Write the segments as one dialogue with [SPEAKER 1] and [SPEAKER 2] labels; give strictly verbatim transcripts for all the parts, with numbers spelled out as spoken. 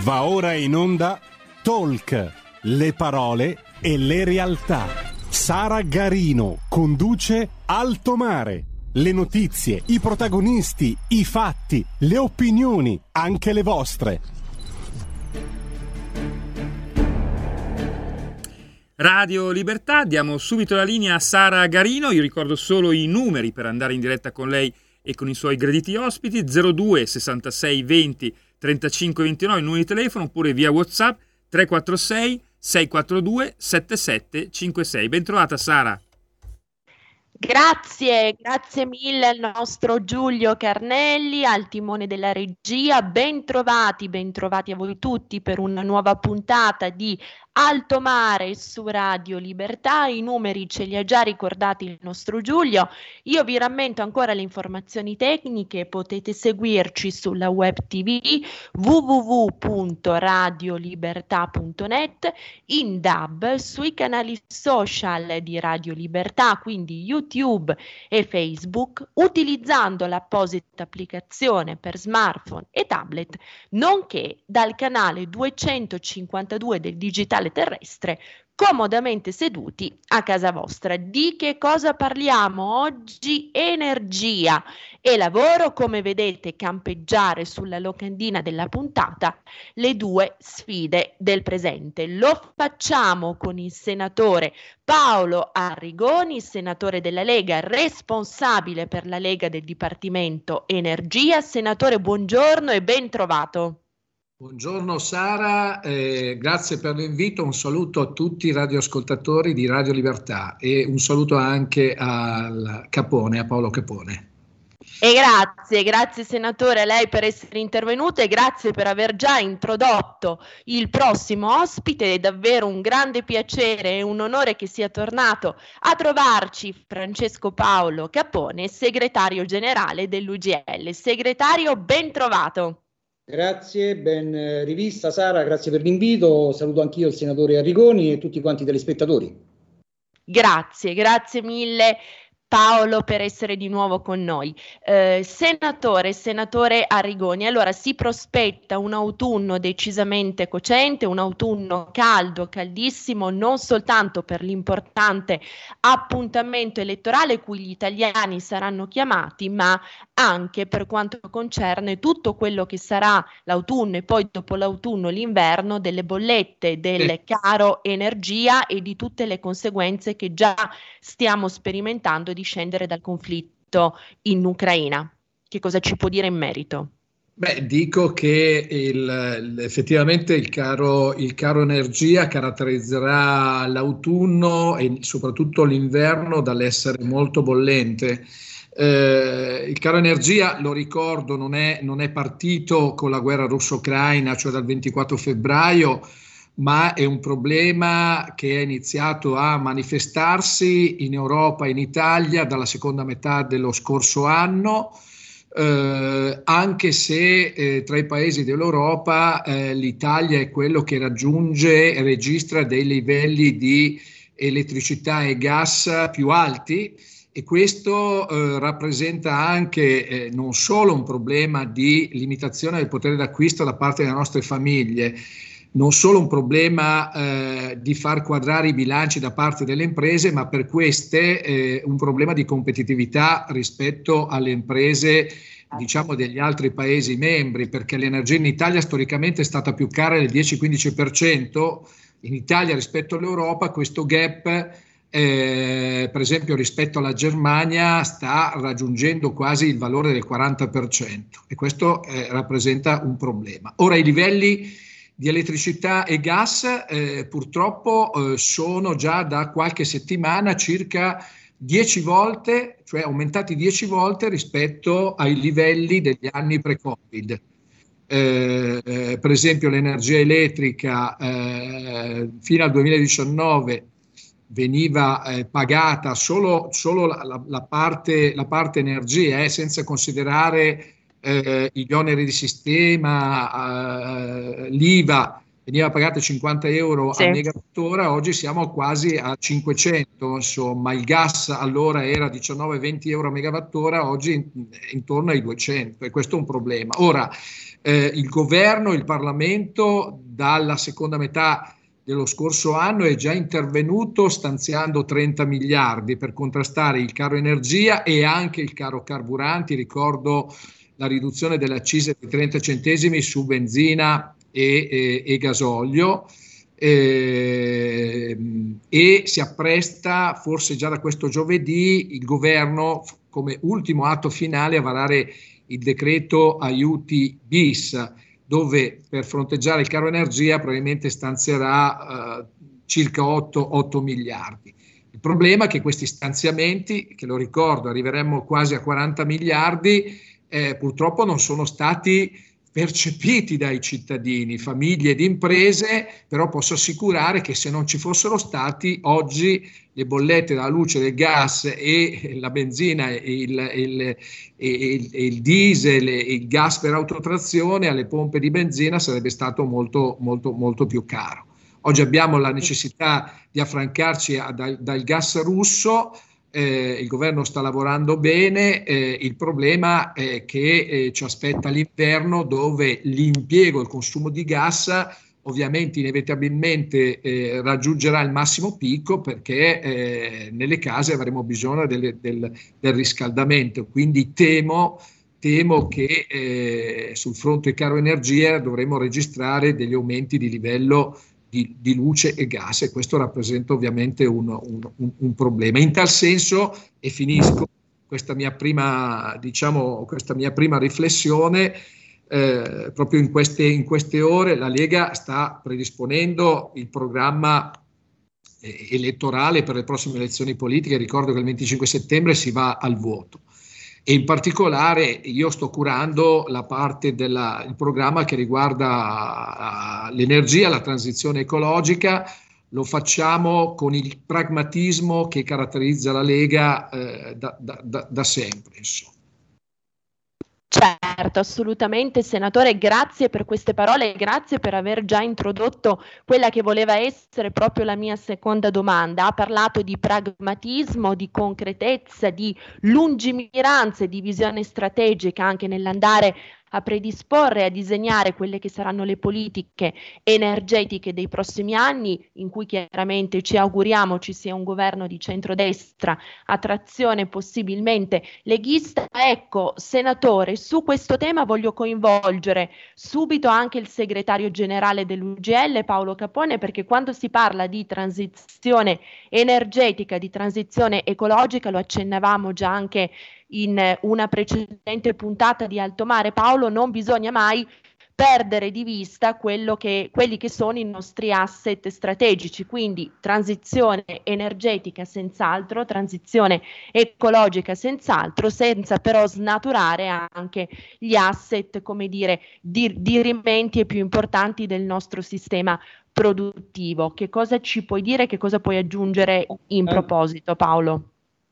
[SPEAKER 1] Va ora in onda Talk, le parole e le realtà. Sara Garino conduce Alto Mare. Le notizie, i protagonisti, i fatti, le opinioni, anche le vostre.
[SPEAKER 2] Radio Libertà, diamo subito la linea a Sara Garino. Io ricordo solo i numeri per andare in diretta con lei e con i suoi graditi ospiti: zero due sessantasei venti trentacinque ventinove, il numero di telefono, oppure via WhatsApp tre quattro sei sei quattro due sette sette cinque sei. Ben trovata Sara.
[SPEAKER 3] Grazie, grazie mille al nostro Giulio Carnelli, al timone della regia. Ben trovati, ben trovati a voi tutti per una nuova puntata di Alto Mare su Radio Libertà. I numeri ce li ha già ricordati il nostro Giulio. Io vi rammento ancora le informazioni tecniche. Potete seguirci sulla web tv w w w punto radiolibertà punto net, in D A B, sui canali social di Radio Libertà, quindi YouTube e Facebook, utilizzando l'apposita applicazione per smartphone e tablet, nonché dal canale duecentocinquantadue del digitale terrestre, comodamente seduti a casa vostra. Di che cosa parliamo oggi? Energia e lavoro, come vedete campeggiare sulla locandina della puntata, le due sfide del presente. Lo facciamo con il senatore Paolo Arrigoni, senatore della Lega, responsabile per la Lega del Dipartimento Energia. Senatore, buongiorno e ben trovato.
[SPEAKER 4] Buongiorno Sara, eh, grazie per l'invito, un saluto a tutti i radioascoltatori di Radio Libertà e un saluto anche al Capone, a Paolo Capone.
[SPEAKER 3] E grazie, grazie senatore a lei per essere intervenuto e grazie per aver già introdotto il prossimo ospite. È davvero un grande piacere e un onore che sia tornato a trovarci Francesco Paolo Capone, segretario generale dell'U G L. Segretario, ben trovato.
[SPEAKER 5] Grazie, ben rivista Sara, grazie per l'invito. Saluto anch'io il senatore Arrigoni e tutti quanti i telespettatori.
[SPEAKER 3] Grazie, grazie mille Paolo per essere di nuovo con noi. Eh, senatore, senatore Arrigoni, allora si prospetta un autunno decisamente cocente, un autunno caldo, caldissimo, non soltanto per l'importante appuntamento elettorale cui gli italiani saranno chiamati, ma anche per quanto concerne tutto quello che sarà l'autunno e poi dopo l'autunno l'inverno, delle bollette, del caro energia e di tutte le conseguenze che già stiamo sperimentando di scendere dal conflitto in Ucraina. Che cosa ci può dire in merito?
[SPEAKER 4] Beh, dico che il, effettivamente il caro, il caro energia caratterizzerà l'autunno e soprattutto l'inverno dall'essere molto bollente. Eh, il caro energia, lo ricordo, non è, non è partito con la guerra russo-ucraina, cioè dal ventiquattro febbraio, ma è un problema che è iniziato a manifestarsi in Europa e in Italia dalla seconda metà dello scorso anno, eh, anche se eh, tra i paesi dell'Europa eh, l'Italia è quello che raggiunge e registra dei livelli di elettricità e gas più alti. E questo eh, rappresenta anche eh, non solo un problema di limitazione del potere d'acquisto da parte delle nostre famiglie, non solo un problema eh, di far quadrare i bilanci da parte delle imprese, ma per queste eh, un problema di competitività rispetto alle imprese, diciamo, degli altri Paesi membri, perché l'energia in Italia storicamente è stata più cara del dieci quindici per cento. In Italia rispetto all'Europa questo gap Eh, per esempio rispetto alla Germania sta raggiungendo quasi il valore del quaranta per cento e questo eh, rappresenta un problema. Ora i livelli di elettricità e gas eh, purtroppo eh, sono già da qualche settimana circa dieci volte, cioè aumentati dieci volte rispetto ai livelli degli anni pre-Covid. Eh, eh, per esempio l'energia elettrica eh, fino al duemiladiciannove veniva eh, pagata solo, solo la, la, la, parte, la parte energia, eh, senza considerare eh, gli oneri di sistema, eh, l'I V A, veniva pagata cinquanta euro
[SPEAKER 3] sì.
[SPEAKER 4] al megawatt megawattora, oggi siamo quasi a cinquecento, insomma il gas allora era diciannove venti euro a megawattora, oggi intorno ai duecento, e questo è un problema. Ora eh, il governo, il Parlamento dalla seconda metà dello scorso anno è già intervenuto stanziando trenta miliardi per contrastare il caro energia e anche il caro carburanti. Ricordo la riduzione delle accise di trenta centesimi su benzina e, e, e gasolio, eh, e si appresta forse già da questo giovedì il governo come ultimo atto finale a varare il decreto aiuti bis, dove per fronteggiare il caro energia probabilmente stanzierà eh, circa otto miliardi. Il problema è che questi stanziamenti, che lo ricordo arriveremmo quasi a quaranta miliardi, eh, purtroppo non sono stati percepiti dai cittadini, famiglie ed imprese, però posso assicurare che se non ci fossero stati, oggi le bollette della luce, del gas e la benzina, e il, il, il, il diesel, il gas per autotrazione alle pompe di benzina sarebbe stato molto, molto, molto più caro. Oggi abbiamo la necessità di affrancarci a, dal, dal gas russo. Eh, il governo sta lavorando bene, eh, il problema è che eh, ci aspetta l'inverno, dove l'impiego, il consumo di gas ovviamente inevitabilmente eh, raggiungerà il massimo picco, perché eh, nelle case avremo bisogno delle, del, del riscaldamento, quindi temo, temo che eh, sul fronte caro energia dovremo registrare degli aumenti di livello Di, di luce e gas, e questo rappresenta ovviamente un, un, un, un problema. In tal senso, e finisco questa mia prima, diciamo, questa mia prima riflessione, eh, proprio in queste, in queste ore la Lega sta predisponendo il programma eh, elettorale per le prossime elezioni politiche. Ricordo che il venticinque settembre si va al voto. E in particolare io sto curando la parte del programma che riguarda uh, l'energia, la transizione ecologica. Lo facciamo con il pragmatismo che caratterizza la Lega uh, da, da, da sempre, insomma.
[SPEAKER 3] Certo, assolutamente, senatore, grazie per queste parole, grazie per aver già introdotto quella che voleva essere proprio la mia seconda domanda. Ha parlato di pragmatismo, di concretezza, di lungimiranza e di visione strategica anche nell'andare a predisporre, a disegnare quelle che saranno le politiche energetiche dei prossimi anni, in cui chiaramente ci auguriamo ci sia un governo di centrodestra a trazione possibilmente leghista. Ecco, senatore, su questo tema voglio coinvolgere subito anche il segretario generale dell'U G L, Paolo Capone, perché quando si parla di transizione energetica, di transizione ecologica, lo accennavamo già anche in una precedente puntata di Alto Mare, Paolo, non bisogna mai perdere di vista quello che, quelli che sono i nostri asset strategici, quindi transizione energetica senz'altro, transizione ecologica senz'altro, senza però snaturare anche gli asset, come dire, di, dirimenti e più importanti del nostro sistema produttivo. Che cosa ci puoi dire, che cosa puoi aggiungere in proposito, Paolo?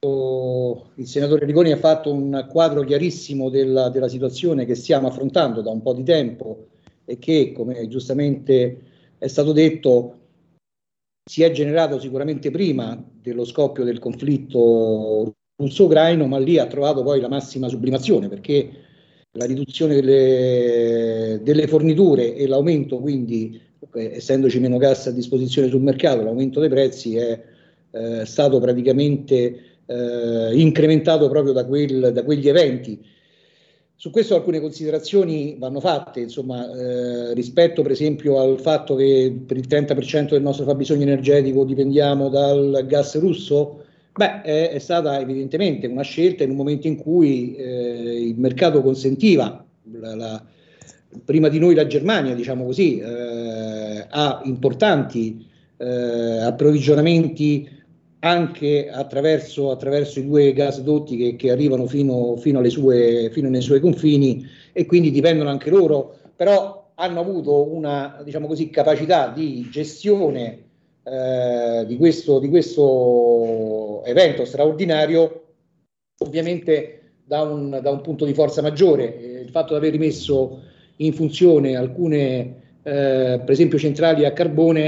[SPEAKER 5] Il senatore Rigoni ha fatto un quadro chiarissimo della, della situazione che stiamo affrontando da un po' di tempo e che, come giustamente è stato detto, si è generato sicuramente prima dello scoppio del conflitto russo-ucraino, ma lì ha trovato poi la massima sublimazione, perché la riduzione delle, delle forniture e l'aumento, quindi essendoci meno gas a disposizione sul mercato, l'aumento dei prezzi è eh, stato praticamente Eh, incrementato proprio da, quel, da quegli eventi. Su questo alcune considerazioni vanno fatte, insomma, eh, rispetto per esempio al fatto che per il trenta per cento del nostro fabbisogno energetico dipendiamo dal gas russo. Beh, è, è stata evidentemente una scelta in un momento in cui eh, il mercato consentiva, la, la, prima di noi la Germania, diciamo così, eh, ha importanti eh, approvvigionamenti anche attraverso, attraverso i due gasdotti che, che arrivano fino, fino, alle sue, fino nei suoi confini, e quindi dipendono anche loro, però hanno avuto una, diciamo così, capacità di gestione eh, di, questo, di questo evento straordinario, ovviamente da un, da un punto di forza maggiore. Eh, il fatto di aver rimesso in funzione alcune, eh, per esempio, centrali a carbone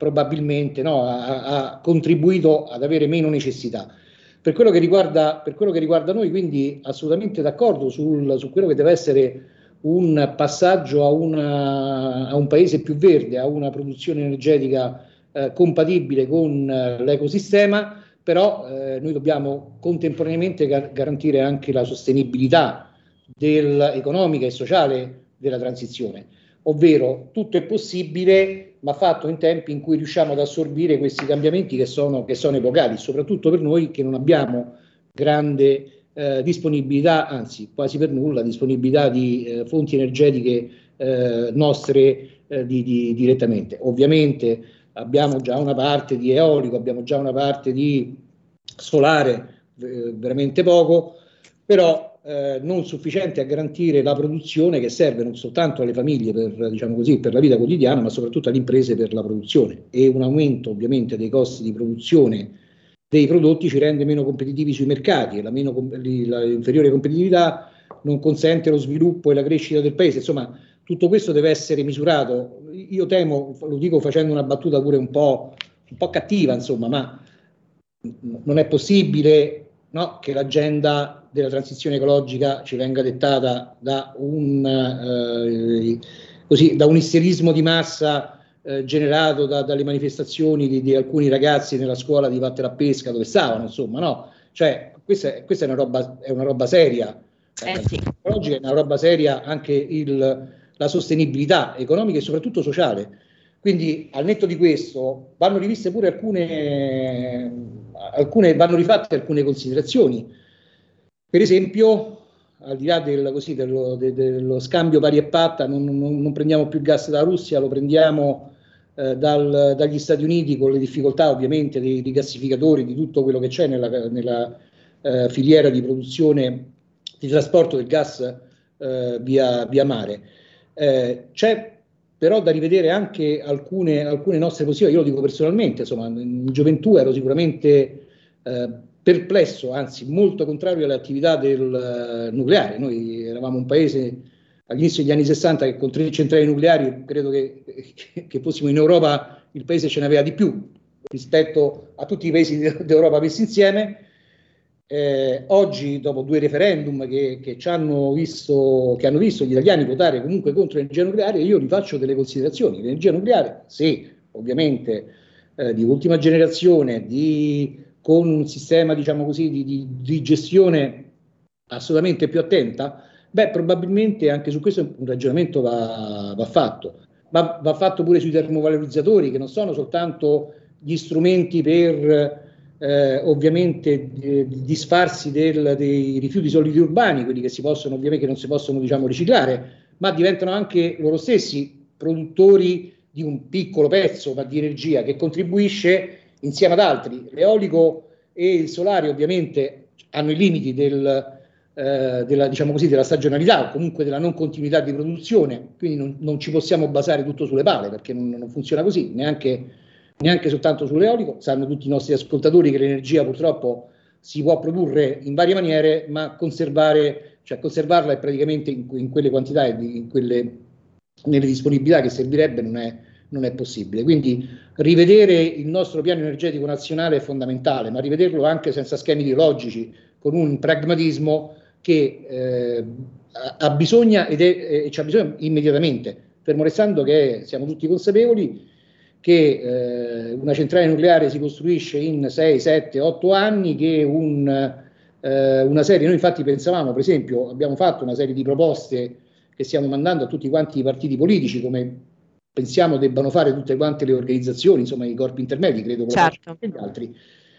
[SPEAKER 5] probabilmente no, ha, ha contribuito ad avere meno necessità. Per quello che riguarda, per quello che riguarda noi, quindi assolutamente d'accordo sul, su quello che deve essere un passaggio a, una, a un paese più verde, a una produzione energetica eh, compatibile con eh, l'ecosistema, però eh, noi dobbiamo contemporaneamente gar- garantire anche la sostenibilità del, economica e sociale della transizione, ovvero tutto è possibile ma fatto in tempi in cui riusciamo ad assorbire questi cambiamenti che sono, che sono epocali, soprattutto per noi che non abbiamo grande eh, disponibilità, anzi quasi per nulla, disponibilità di eh, fonti energetiche eh, nostre eh, di, di, direttamente. Ovviamente abbiamo già una parte di eolico, abbiamo già una parte di solare, eh, veramente poco, però eh, non sufficiente a garantire la produzione che serve non soltanto alle famiglie per, diciamo così, per la vita quotidiana, ma soprattutto alle imprese per la produzione. E un aumento ovviamente dei costi di produzione dei prodotti ci rende meno competitivi sui mercati e la meno, la inferiore competitività non consente lo sviluppo e la crescita del paese. Insomma, tutto questo deve essere misurato. Io temo, lo dico facendo una battuta pure un po', un po' cattiva, insomma, ma non è possibile, no, che l'agenda della transizione ecologica ci venga dettata da un, eh, così, da un isterismo di massa eh, generato da, dalle manifestazioni di, di alcuni ragazzi nella scuola di Vattene a Pesca dove stavano, insomma, no? Cioè, questa, è, questa è, una roba, è una roba seria.
[SPEAKER 3] Eh sì.
[SPEAKER 5] Ecologica è una roba seria anche il, la sostenibilità economica e soprattutto sociale. Quindi al netto di questo vanno riviste pure alcune, alcune vanno rifatte alcune considerazioni. Per esempio, al di là del, così, dello, de, dello scambio pari e patta, non, non, non prendiamo più gas dalla Russia, lo prendiamo eh, dal, dagli Stati Uniti con le difficoltà ovviamente dei, dei gassificatori, di tutto quello che c'è nella, nella eh, filiera di produzione, di trasporto del gas eh, via, via mare. Eh, c'è però da rivedere anche alcune, alcune nostre posizioni. Io lo dico personalmente, insomma, in gioventù ero sicuramente eh, perplesso, anzi molto contrario alle attività del uh, nucleare. Noi eravamo un paese all'inizio degli anni sessanta che con tre centrali nucleari credo che, che, che fossimo in Europa il paese ce n'aveva di più rispetto a tutti i paesi d'Europa messi insieme. Eh, oggi, dopo due referendum che, che, ci hanno visto, che hanno visto gli italiani votare comunque contro l'energia nucleare, io rifaccio delle considerazioni. L'energia nucleare, sì, ovviamente eh, di ultima generazione, di, con un sistema, diciamo così, di, di, di gestione assolutamente più attenta, beh, probabilmente anche su questo un ragionamento va, va fatto. Ma va fatto pure sui termovalorizzatori, che non sono soltanto gli strumenti per Eh, ovviamente eh, disfarsi del, dei rifiuti solidi urbani, quelli che si possono ovviamente che non si possono diciamo riciclare, ma diventano anche loro stessi produttori di un piccolo pezzo ma di energia che contribuisce insieme ad altri. L'eolico e il solare ovviamente hanno i limiti del, eh, della, diciamo così, della stagionalità o comunque della non continuità di produzione, quindi non, non ci possiamo basare tutto sulle pale perché non, non funziona così, neanche neanche soltanto sull'eolico. Sanno tutti i nostri ascoltatori che l'energia purtroppo si può produrre in varie maniere, ma conservare, cioè conservarla è praticamente in, in quelle quantità e in quelle, nelle disponibilità che servirebbe non è, non è possibile. Quindi rivedere il nostro piano energetico nazionale è fondamentale, ma rivederlo anche senza schemi ideologici, con un pragmatismo che eh, ha bisogno ed è, eh, c'ha bisogno immediatamente, fermo restando che siamo tutti consapevoli che eh, una centrale nucleare si costruisce in sei, sette, otto anni, che un, eh, una serie, noi infatti pensavamo, per esempio, abbiamo fatto una serie di proposte che stiamo mandando a tutti quanti i partiti politici, come pensiamo debbano fare tutte quante le organizzazioni, insomma i corpi intermedi, credo che
[SPEAKER 3] certo.
[SPEAKER 5] gli altri,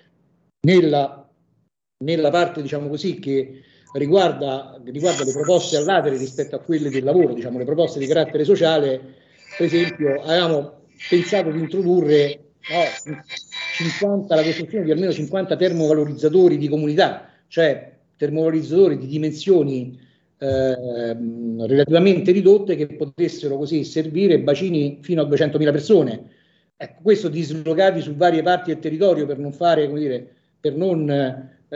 [SPEAKER 5] nella, nella parte diciamo così che riguarda, riguarda le proposte all'atere rispetto a quelle del lavoro, diciamo le proposte di carattere sociale. Per esempio avevamo pensato di introdurre no, cinquanta, la costruzione di almeno cinquanta termovalorizzatori di comunità, cioè termovalorizzatori di dimensioni eh, relativamente ridotte che potessero così servire bacini fino a duecentomila persone. Ecco, questo dislocati su varie parti del territorio per non fare, come dire, per non eh,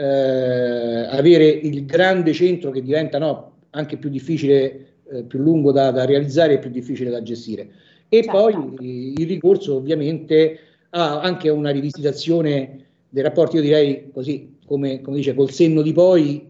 [SPEAKER 5] avere il grande centro che diventa no, anche più difficile, eh, più lungo da, da realizzare e più difficile da gestire. E
[SPEAKER 3] certo.
[SPEAKER 5] poi il ricorso ovviamente a anche una rivisitazione dei rapporti, io direi così, come, come dice, col senno di poi,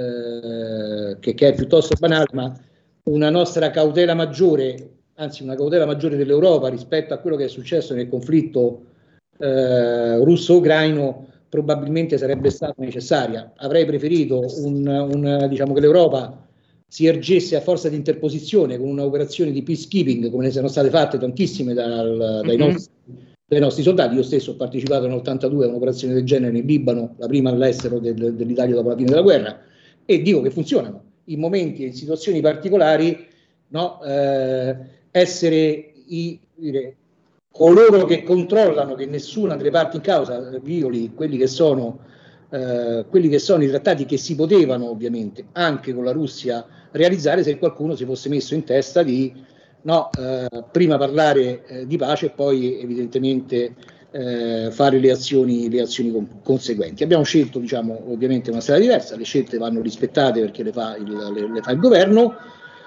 [SPEAKER 5] eh, che, che è piuttosto banale, ma una nostra cautela maggiore, anzi una cautela maggiore dell'Europa rispetto a quello che è successo nel conflitto eh, russo-ucraino probabilmente sarebbe stata necessaria. Avrei preferito un, un, diciamo, che l'Europa si ergesse a forza di interposizione con un'operazione di peacekeeping, come ne sono state fatte tantissime dal, dai,
[SPEAKER 2] Mm-hmm.
[SPEAKER 5] nostri, dai nostri soldati. Io stesso ho partecipato nell'ottantadue a un'operazione del genere in Libano, la prima all'estero del, dell'Italia dopo la fine della guerra, e dico che funzionano. In momenti e in situazioni particolari, no, eh, essere i, dire, coloro che controllano che nessuna delle parti in causa violi quelli che sono eh, quelli che sono i trattati che si potevano ovviamente anche con la Russia realizzare, se qualcuno si fosse messo in testa di no, eh, prima parlare eh, di pace e poi evidentemente eh, fare le azioni, le azioni con, conseguenti. Abbiamo scelto, diciamo, ovviamente una strada diversa, le scelte vanno rispettate perché le fa il, le, le fa il governo,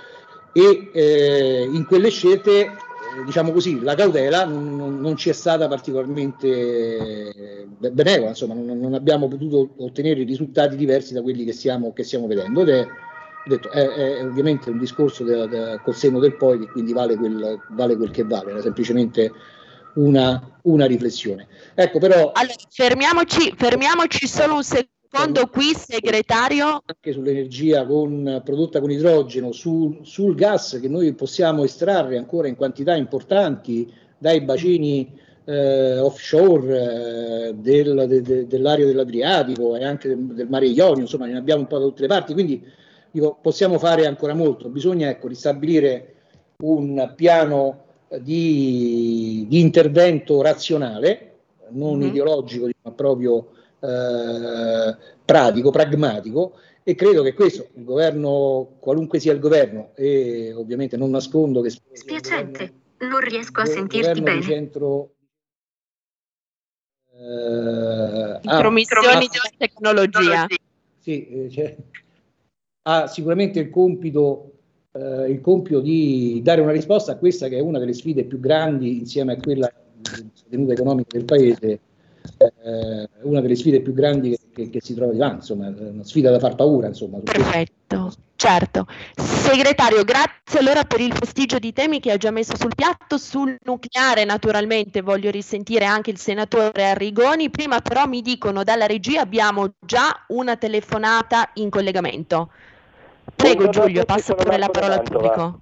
[SPEAKER 5] e eh, in quelle scelte, eh, diciamo così, la cautela non, non, non ci è stata particolarmente benevola, insomma non, non abbiamo potuto ottenere risultati diversi da quelli che stiamo, che stiamo vedendo, ed è, detto, è, è ovviamente un discorso de, de, col senno del poi, che quindi vale quel, vale quel che vale, era semplicemente una, una riflessione. Ecco, però
[SPEAKER 3] allora, fermiamoci, fermiamoci solo un secondo qui, segretario.
[SPEAKER 5] Anche sull'energia con, prodotta con idrogeno, sul, sul gas che noi possiamo estrarre ancora in quantità importanti dai bacini eh, offshore eh, del, de, de, dell'area dell'Adriatico e anche del, del mare Ionio, insomma ne abbiamo un po' da tutte le parti, quindi dico, possiamo fare ancora molto. Bisogna, ecco, ristabilire un piano di, di intervento razionale, non
[SPEAKER 3] Mm-hmm.
[SPEAKER 5] ideologico, ma proprio eh, pratico, pragmatico, e credo che questo, il governo, qualunque sia il governo, e ovviamente non nascondo che
[SPEAKER 6] spiacente, non riesco a
[SPEAKER 5] go-
[SPEAKER 6] sentirti
[SPEAKER 5] governo di
[SPEAKER 6] bene.
[SPEAKER 5] centro eh,
[SPEAKER 3] Intromissioni di tecnologia.
[SPEAKER 5] Sì, eh, cioè, ha sicuramente il compito, eh, il compito di dare una risposta a questa che è una delle sfide più grandi, insieme a quella della tenuta economica del paese, eh, una delle sfide più grandi che, che, che si trova di là, insomma, una sfida da far paura, insomma.
[SPEAKER 3] Perfetto, certo. Segretario, grazie allora per il prestigio di temi che ha già messo sul piatto. Sul nucleare, naturalmente, voglio risentire anche il senatore Arrigoni. Prima però mi dicono dalla regia abbiamo già una telefonata in collegamento. Prego
[SPEAKER 7] Buongiorno
[SPEAKER 3] Giulio,
[SPEAKER 7] a tutti,
[SPEAKER 3] passo
[SPEAKER 7] sono
[SPEAKER 3] pure la
[SPEAKER 7] Marco da
[SPEAKER 3] parola al
[SPEAKER 7] Mantova.
[SPEAKER 3] pubblico.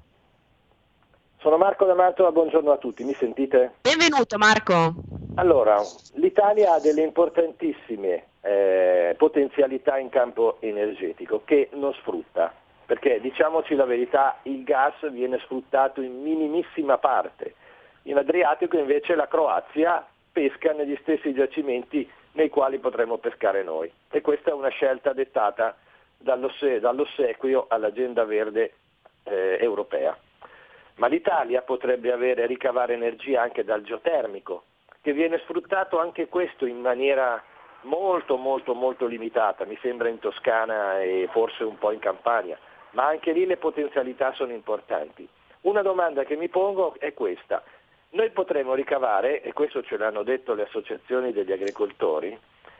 [SPEAKER 7] Sono Marco da Mantova, buongiorno a tutti, mi sentite?
[SPEAKER 3] Benvenuto Marco.
[SPEAKER 7] Allora, l'Italia ha delle importantissime eh, potenzialità in campo energetico che non sfrutta, perché diciamoci la verità, il gas viene sfruttato in minimissima parte. In Adriatico invece la Croazia pesca negli stessi giacimenti nei quali potremmo pescare noi, e questa è una scelta dettata dall'osse- dall'ossequio all'agenda verde eh, europea. Ma l'Italia potrebbe avere, ricavare energia anche dal geotermico, che viene sfruttato anche questo in maniera molto molto molto limitata, mi sembra in Toscana e forse un po' in Campania, ma anche lì le potenzialità sono importanti. Una domanda che mi pongo è questa: noi potremmo ricavare, e questo ce l'hanno detto le associazioni degli agricoltori,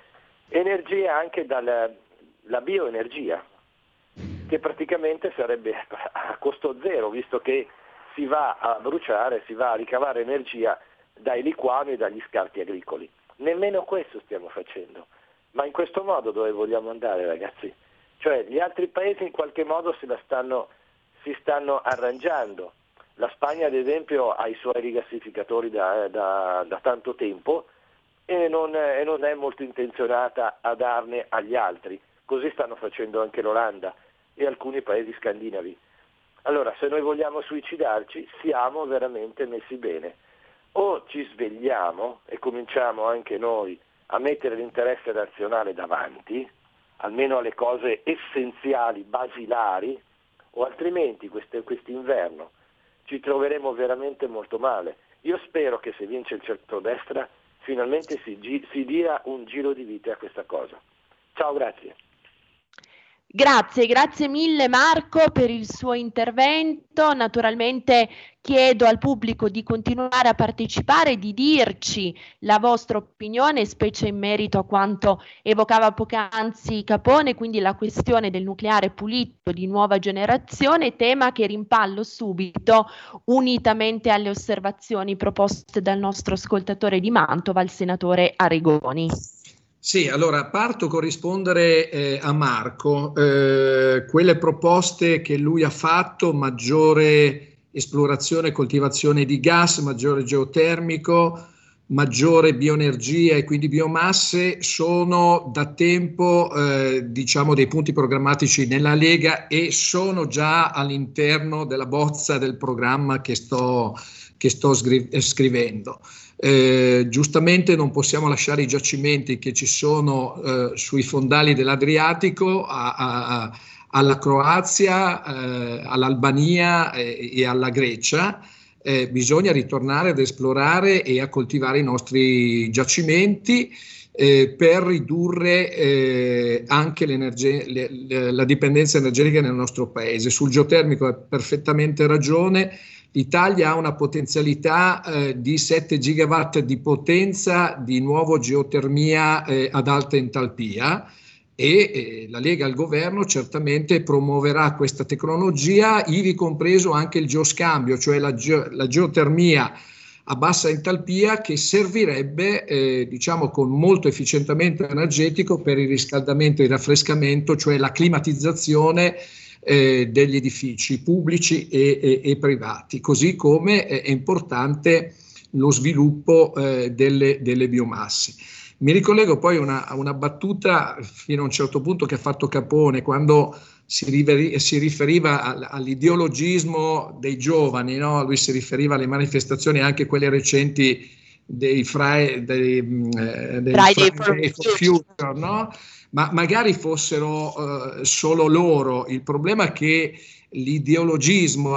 [SPEAKER 7] energia anche dalla la bioenergia, che praticamente sarebbe a costo zero, visto che si va a bruciare, si va a ricavare energia dai liquami e dagli scarti agricoli. Nemmeno questo stiamo facendo. Ma in questo modo dove vogliamo andare, ragazzi? Cioè gli altri paesi in qualche modo se la stanno, si stanno arrangiando. La Spagna ad esempio ha i suoi rigassificatori da, da, da tanto tempo e non, e non è molto intenzionata a darne agli altri. Così stanno facendo anche l'Olanda e alcuni paesi scandinavi. Allora, se noi vogliamo suicidarci, siamo veramente messi bene. O ci svegliamo e cominciamo anche noi a mettere l'interesse nazionale davanti, almeno alle cose essenziali, basilari, o altrimenti queste, quest'inverno ci troveremo veramente molto male. Io spero che se vince il centrodestra finalmente si, gi- si dia un giro di vite a questa cosa. Ciao, grazie.
[SPEAKER 3] Grazie, grazie mille Marco per il suo intervento. Naturalmente chiedo al pubblico di continuare a partecipare, di dirci la vostra opinione, specie in merito a quanto evocava poc'anzi Capone, quindi la questione del nucleare pulito di nuova generazione, tema che rimpallo subito unitamente alle osservazioni proposte dal nostro ascoltatore di Mantova, il senatore Arrigoni.
[SPEAKER 4] Sì, allora parto con rispondere eh, a Marco. Eh, quelle proposte che lui ha fatto, maggiore esplorazione e coltivazione di gas, maggiore geotermico, maggiore bioenergia e quindi biomasse, sono da tempo eh, diciamo dei punti programmatici nella Lega e sono già all'interno della bozza del programma che sto, che sto sgri- scrivendo. Eh, giustamente non possiamo lasciare i giacimenti che ci sono eh, sui fondali dell'Adriatico a, a, alla Croazia, eh, all'Albania e, e alla Grecia. Eh, bisogna ritornare ad esplorare e a coltivare i nostri giacimenti eh, per ridurre eh, anche le, le, la dipendenza energetica nel nostro paese. Sul geotermico ha perfettamente ragione. L'Italia ha una potenzialità eh, di sette gigawatt di potenza di nuovo geotermia eh, ad alta entalpia e eh, la Lega al governo certamente promuoverà questa tecnologia, ivi compreso anche il geoscambio, cioè la, ge- la geotermia a bassa entalpia che servirebbe eh, diciamo con molto efficientamento energetico per il riscaldamento e il raffrescamento, cioè la climatizzazione Eh, degli edifici pubblici e, e, e privati, così come eh, è importante lo sviluppo eh, delle, delle biomasse. Mi ricollego poi a una, una battuta fino a un certo punto che ha fatto Capone quando si, riveri, si riferiva al, all'ideologismo dei giovani, no? Lui si riferiva alle manifestazioni, anche quelle recenti dei Friday, dei, eh, dei
[SPEAKER 3] Friday
[SPEAKER 4] Friday for Future, no? Ma magari fossero uh, solo loro. Il problema è che l'ideologismo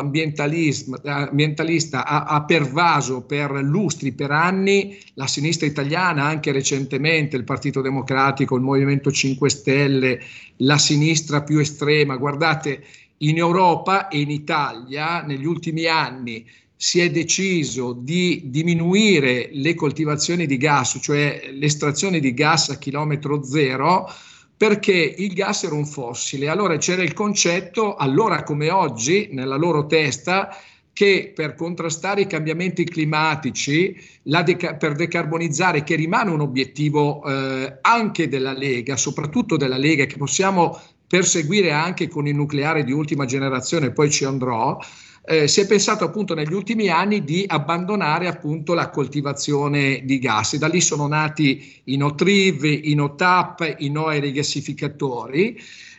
[SPEAKER 4] ambientalista ha, ha pervaso per lustri, per anni, la sinistra italiana, anche recentemente il Partito Democratico, il Movimento cinque Stelle, la sinistra più estrema. Guardate, in Europa e in Italia negli ultimi anni si è deciso di diminuire le coltivazioni di gas, cioè l'estrazione di gas a chilometro zero, perché il gas era un fossile. Allora c'era il concetto, allora come oggi, nella loro testa, che per contrastare i cambiamenti climatici, la deca- per decarbonizzare, che rimane un obiettivo eh, anche della Lega, soprattutto della Lega, che possiamo perseguire anche con il nucleare di ultima generazione, poi ci andrò, Eh, si è pensato appunto negli ultimi anni di abbandonare appunto la coltivazione di gas e da lì sono nati i no-triv, i no-tap, i no-rigassificatori,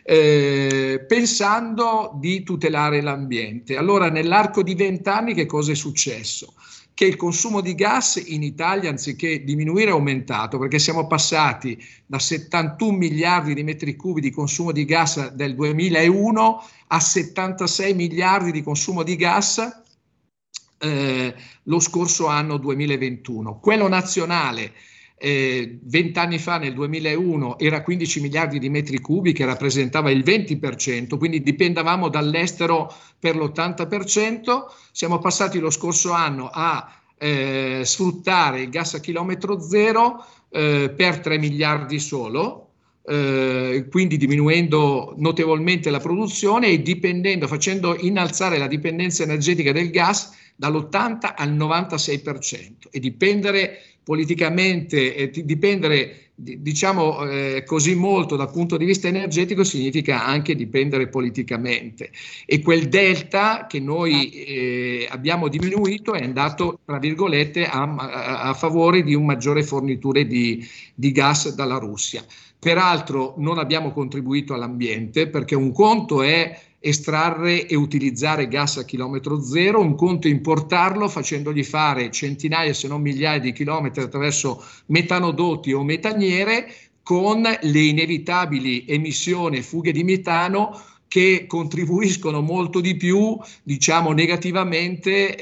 [SPEAKER 4] eh, pensando di tutelare l'ambiente. Allora nell'arco di vent'anni che cosa è successo? Che il consumo di gas in Italia anziché diminuire è aumentato, perché siamo passati da settantuno miliardi di metri cubi di consumo di gas del duemilauno a settantasei miliardi di consumo di gas eh, lo scorso anno duemilaventuno. Quello nazionale vent'anni eh, fa nel duemilauno era quindici miliardi di metri cubi, che rappresentava il venti per cento, quindi dipendavamo dall'estero per l'ottanta per cento. Siamo passati lo scorso anno a eh, sfruttare il gas a chilometro zero eh, per tre miliardi solo, eh, quindi diminuendo notevolmente la produzione e dipendendo, facendo innalzare la dipendenza energetica del gas dall'ottanta al novantasei per cento e dipendere politicamente, eh, dipendere diciamo eh, così molto dal punto di vista energetico significa anche dipendere politicamente, e quel delta che noi eh, abbiamo diminuito è andato tra virgolette a, a, a favore di un maggiore forniture di, di gas dalla Russia. Peraltro non abbiamo contribuito all'ambiente, perché un conto è estrarre e utilizzare gas a chilometro zero, un conto è importarlo facendogli fare centinaia se non migliaia di chilometri attraverso metanodotti o metaniere, con le inevitabili emissioni e fughe di metano che contribuiscono molto di più, diciamo negativamente,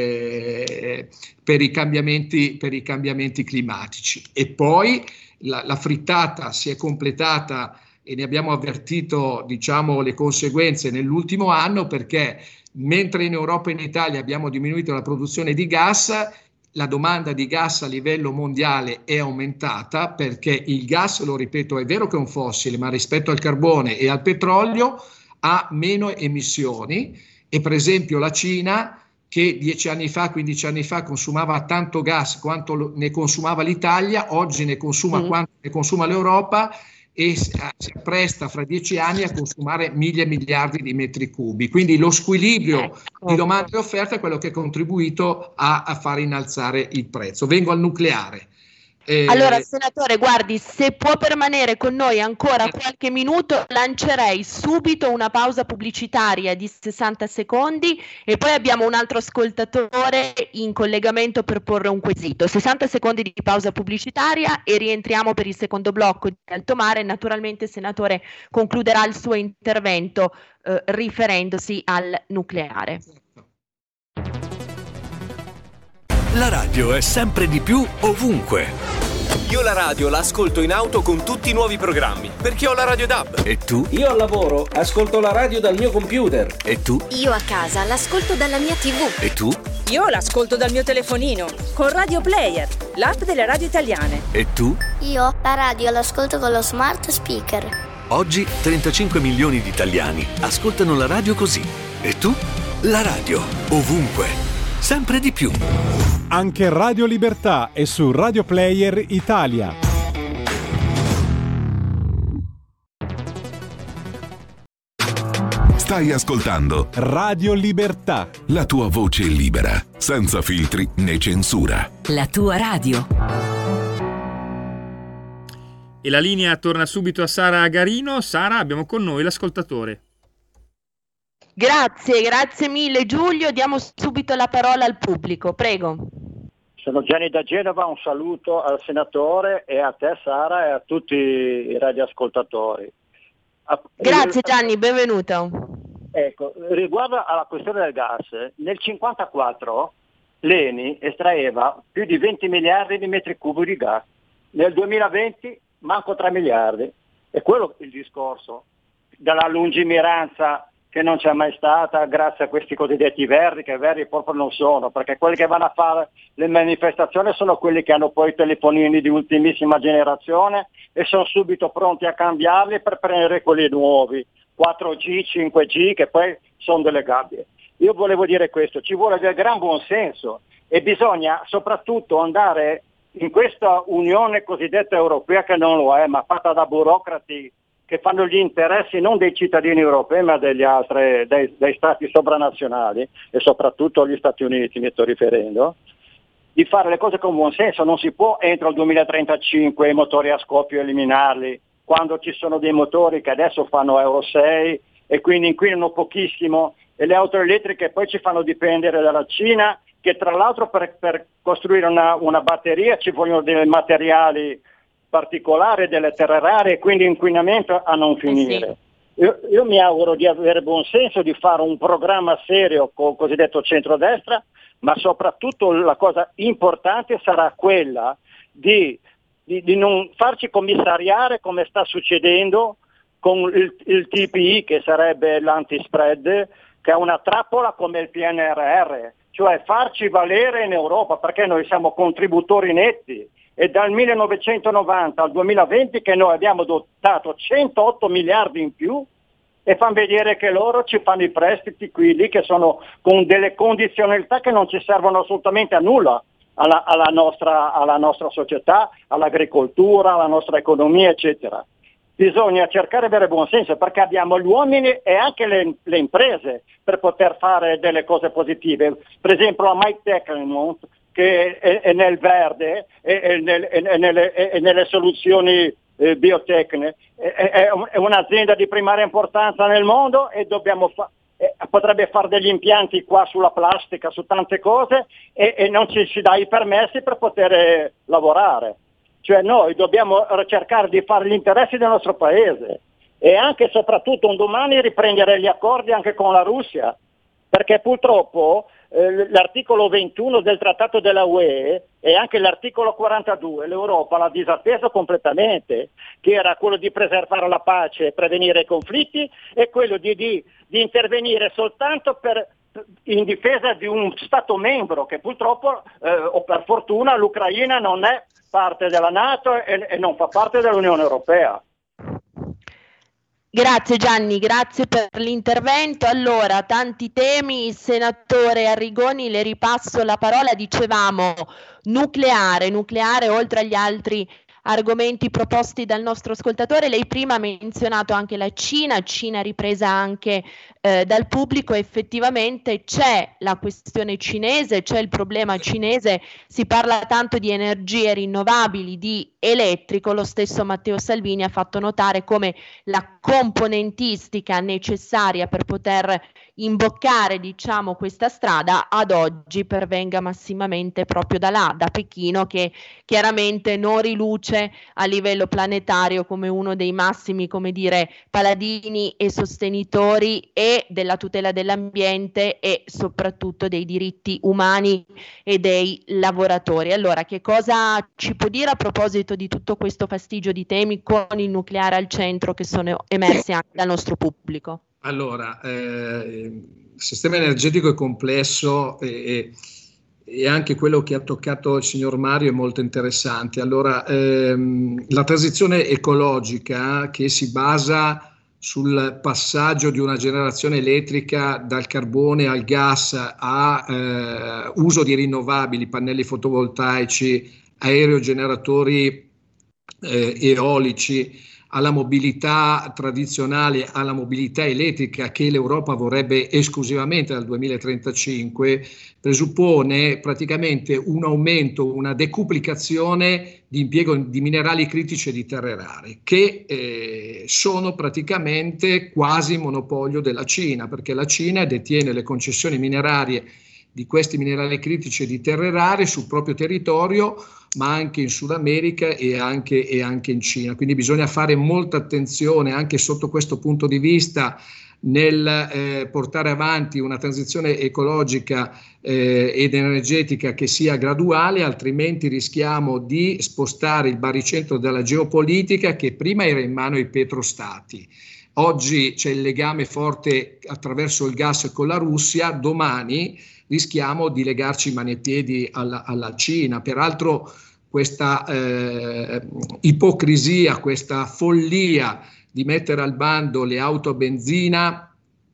[SPEAKER 4] eh, per i cambiamenti, per i cambiamenti climatici. E poi la, la frittata si è completata e ne abbiamo avvertito, diciamo, le conseguenze nell'ultimo anno, perché mentre in Europa e in Italia abbiamo diminuito la produzione di gas, la domanda di gas a livello mondiale è aumentata, perché il gas, lo ripeto, è vero che è un fossile, ma rispetto al carbone e al petrolio ha meno emissioni, e per esempio la Cina, che dieci anni fa, quindici anni fa consumava tanto gas quanto lo, ne consumava l'Italia, oggi ne consuma mm. quanto ne consuma l'Europa, e si appresta fra dieci anni a consumare mille miliardi di metri cubi. Quindi lo squilibrio ecco. di domanda e offerta è quello che ha contribuito a, a far innalzare il prezzo. Vengo al nucleare.
[SPEAKER 3] Eh, allora, senatore, guardi, se può permanere con noi ancora qualche minuto, lancerei subito una pausa pubblicitaria di sessanta secondi e poi abbiamo un altro ascoltatore in collegamento per porre un quesito. sessanta secondi di pausa pubblicitaria e rientriamo per il secondo blocco di Alto Mare. Naturalmente il senatore concluderà il suo intervento eh, riferendosi al nucleare.
[SPEAKER 8] La radio è sempre di più ovunque.
[SPEAKER 9] Io la radio l'ascolto in auto con tutti i nuovi programmi, perché ho la Radio D A B.
[SPEAKER 8] E tu?
[SPEAKER 10] Io al lavoro ascolto la radio dal mio computer.
[SPEAKER 8] E tu?
[SPEAKER 11] Io a casa l'ascolto dalla mia tivù.
[SPEAKER 8] E tu?
[SPEAKER 12] Io l'ascolto dal mio telefonino, con Radio Player, l'app delle radio italiane.
[SPEAKER 8] E tu?
[SPEAKER 13] Io la radio l'ascolto con lo smart speaker.
[SPEAKER 8] Oggi trentacinque milioni di italiani ascoltano la radio così. E tu? La radio, ovunque, sempre di più.
[SPEAKER 1] Anche Radio Libertà è su Radio Player Italia.
[SPEAKER 14] Stai ascoltando
[SPEAKER 1] Radio Libertà,
[SPEAKER 14] la tua voce libera, senza filtri né censura.
[SPEAKER 12] La tua radio.
[SPEAKER 2] E la linea torna subito a Sara Garino. Sara, abbiamo con noi l'ascoltatore.
[SPEAKER 3] Grazie, grazie mille Giulio, diamo subito la parola al pubblico, prego.
[SPEAKER 15] Sono Gianni da Genova, un saluto al senatore e a te Sara e a tutti i radioascoltatori.
[SPEAKER 3] Grazie Gianni, benvenuto.
[SPEAKER 15] Ecco, riguardo alla questione del gas, nel cinquantaquattro l'Eni estraeva più di venti miliardi di metri cubi di gas, nel duemilaventi manco tre miliardi, è quello il discorso, dalla lungimiranza che non c'è mai stata grazie a questi cosiddetti verdi, che verdi proprio non sono, perché quelli che vanno a fare le manifestazioni sono quelli che hanno poi i telefonini di ultimissima generazione e sono subito pronti a cambiarli per prendere quelli nuovi, quattro G, cinque G, che poi sono delle gabbie. Io volevo dire questo, ci vuole del gran buon senso e bisogna soprattutto andare in questa unione cosiddetta europea, che non lo è, ma fatta da burocrati che fanno gli interessi non dei cittadini europei ma degli altri, dei, dei stati sovranazionali e soprattutto gli Stati Uniti, mi sto riferendo, di fare le cose con buon senso. Non si può entro il duemilatrentacinque i motori a scoppio eliminarli, quando ci sono dei motori che adesso fanno Euro sei e quindi inquinano pochissimo, e le auto elettriche poi ci fanno dipendere dalla Cina, che tra l'altro per, per costruire una, una batteria ci vogliono dei materiali particolare, delle terre rare, e quindi inquinamento a non finire. Eh sì. io, io mi auguro di avere buon senso, di fare un programma serio con il cosiddetto centrodestra, ma soprattutto la cosa importante sarà quella di, di, di non farci commissariare come sta succedendo con il, il T P I, che sarebbe l'antispread, che è una trappola come il P N R R, cioè farci valere in Europa, perché noi siamo contributori netti. E dal millenovecentonovanta al duemilaventi che noi abbiamo dato centootto miliardi in più e fanno vedere che loro ci fanno i prestiti qui lì che sono con delle condizionalità che non ci servono assolutamente a nulla alla, alla, nostra, alla nostra società, all'agricoltura, alla nostra economia, eccetera. Bisogna cercare di avere buon senso, perché abbiamo gli uomini e anche le, le imprese per poter fare delle cose positive. Per esempio la Mike Tecnimont, che è, è nel verde e, e, nel, e, nelle, e nelle soluzioni eh, biotecne, è, è, è un'azienda di primaria importanza nel mondo e dobbiamo fa- eh, potrebbe fare degli impianti qua sulla plastica, su tante cose, e, e non ci si dà i permessi per poter eh, lavorare. Cioè noi dobbiamo cercare di fare gli interessi del nostro paese e anche e soprattutto un domani riprendere gli accordi anche con la Russia, perché purtroppo eh, l'articolo ventuno del trattato della U E e anche l'articolo quarantadue, l'Europa l'ha disatteso completamente, che era quello di preservare la pace e prevenire i conflitti, e quello di, di, di intervenire soltanto per, in difesa di un Stato membro, che purtroppo, eh, o per fortuna, l'Ucraina non è parte della NATO e, e non fa parte dell'Unione Europea.
[SPEAKER 3] Grazie Gianni, grazie per l'intervento. Allora, tanti temi, senatore Arrigoni, le ripasso la parola. Dicevamo nucleare, nucleare oltre agli altri argomenti proposti dal nostro ascoltatore. Lei prima ha menzionato anche la Cina, Cina ripresa anche eh, dal pubblico. Effettivamente c'è la questione cinese, c'è il problema cinese, si parla tanto di energie rinnovabili, di elettrico. Lo stesso Matteo Salvini ha fatto notare come la componentistica necessaria per poter imboccare, diciamo, questa strada ad oggi pervenga massimamente proprio da là, da Pechino, che chiaramente non riluce a livello planetario come uno dei massimi, come dire, paladini e sostenitori e della tutela dell'ambiente e soprattutto dei diritti umani e dei lavoratori. Allora, che cosa ci può dire a proposito di tutto questo fastigio di temi con il nucleare al centro che sono emersi anche dal nostro pubblico?
[SPEAKER 4] Allora, eh, il sistema energetico è complesso e, e anche quello che ha toccato il signor Mario è molto interessante. Allora, ehm, la transizione ecologica che si basa sul passaggio di una generazione elettrica dal carbone al gas a eh, uso di rinnovabili, pannelli fotovoltaici, aerogeneratori eh, eolici, alla mobilità tradizionale, alla mobilità elettrica che l'Europa vorrebbe esclusivamente dal duemilatrentacinque, presuppone praticamente un aumento, una decuplicazione di impiego di minerali critici e di terre rare, che eh, sono praticamente quasi monopolio della Cina, perché la Cina detiene le concessioni minerarie di questi minerali critici e di terre rare sul proprio territorio, ma anche in Sud America e anche, e anche in Cina. Quindi bisogna fare molta attenzione anche sotto questo punto di vista nel eh, portare avanti una transizione ecologica eh, ed energetica che sia graduale, altrimenti rischiamo di spostare il baricentro della geopolitica che prima era in mano ai petrostati. Oggi c'è il legame forte attraverso il gas con la Russia, domani rischiamo di legarci mani e piedi alla, alla Cina. Peraltro questa eh, ipocrisia, questa follia di mettere al bando le auto a benzina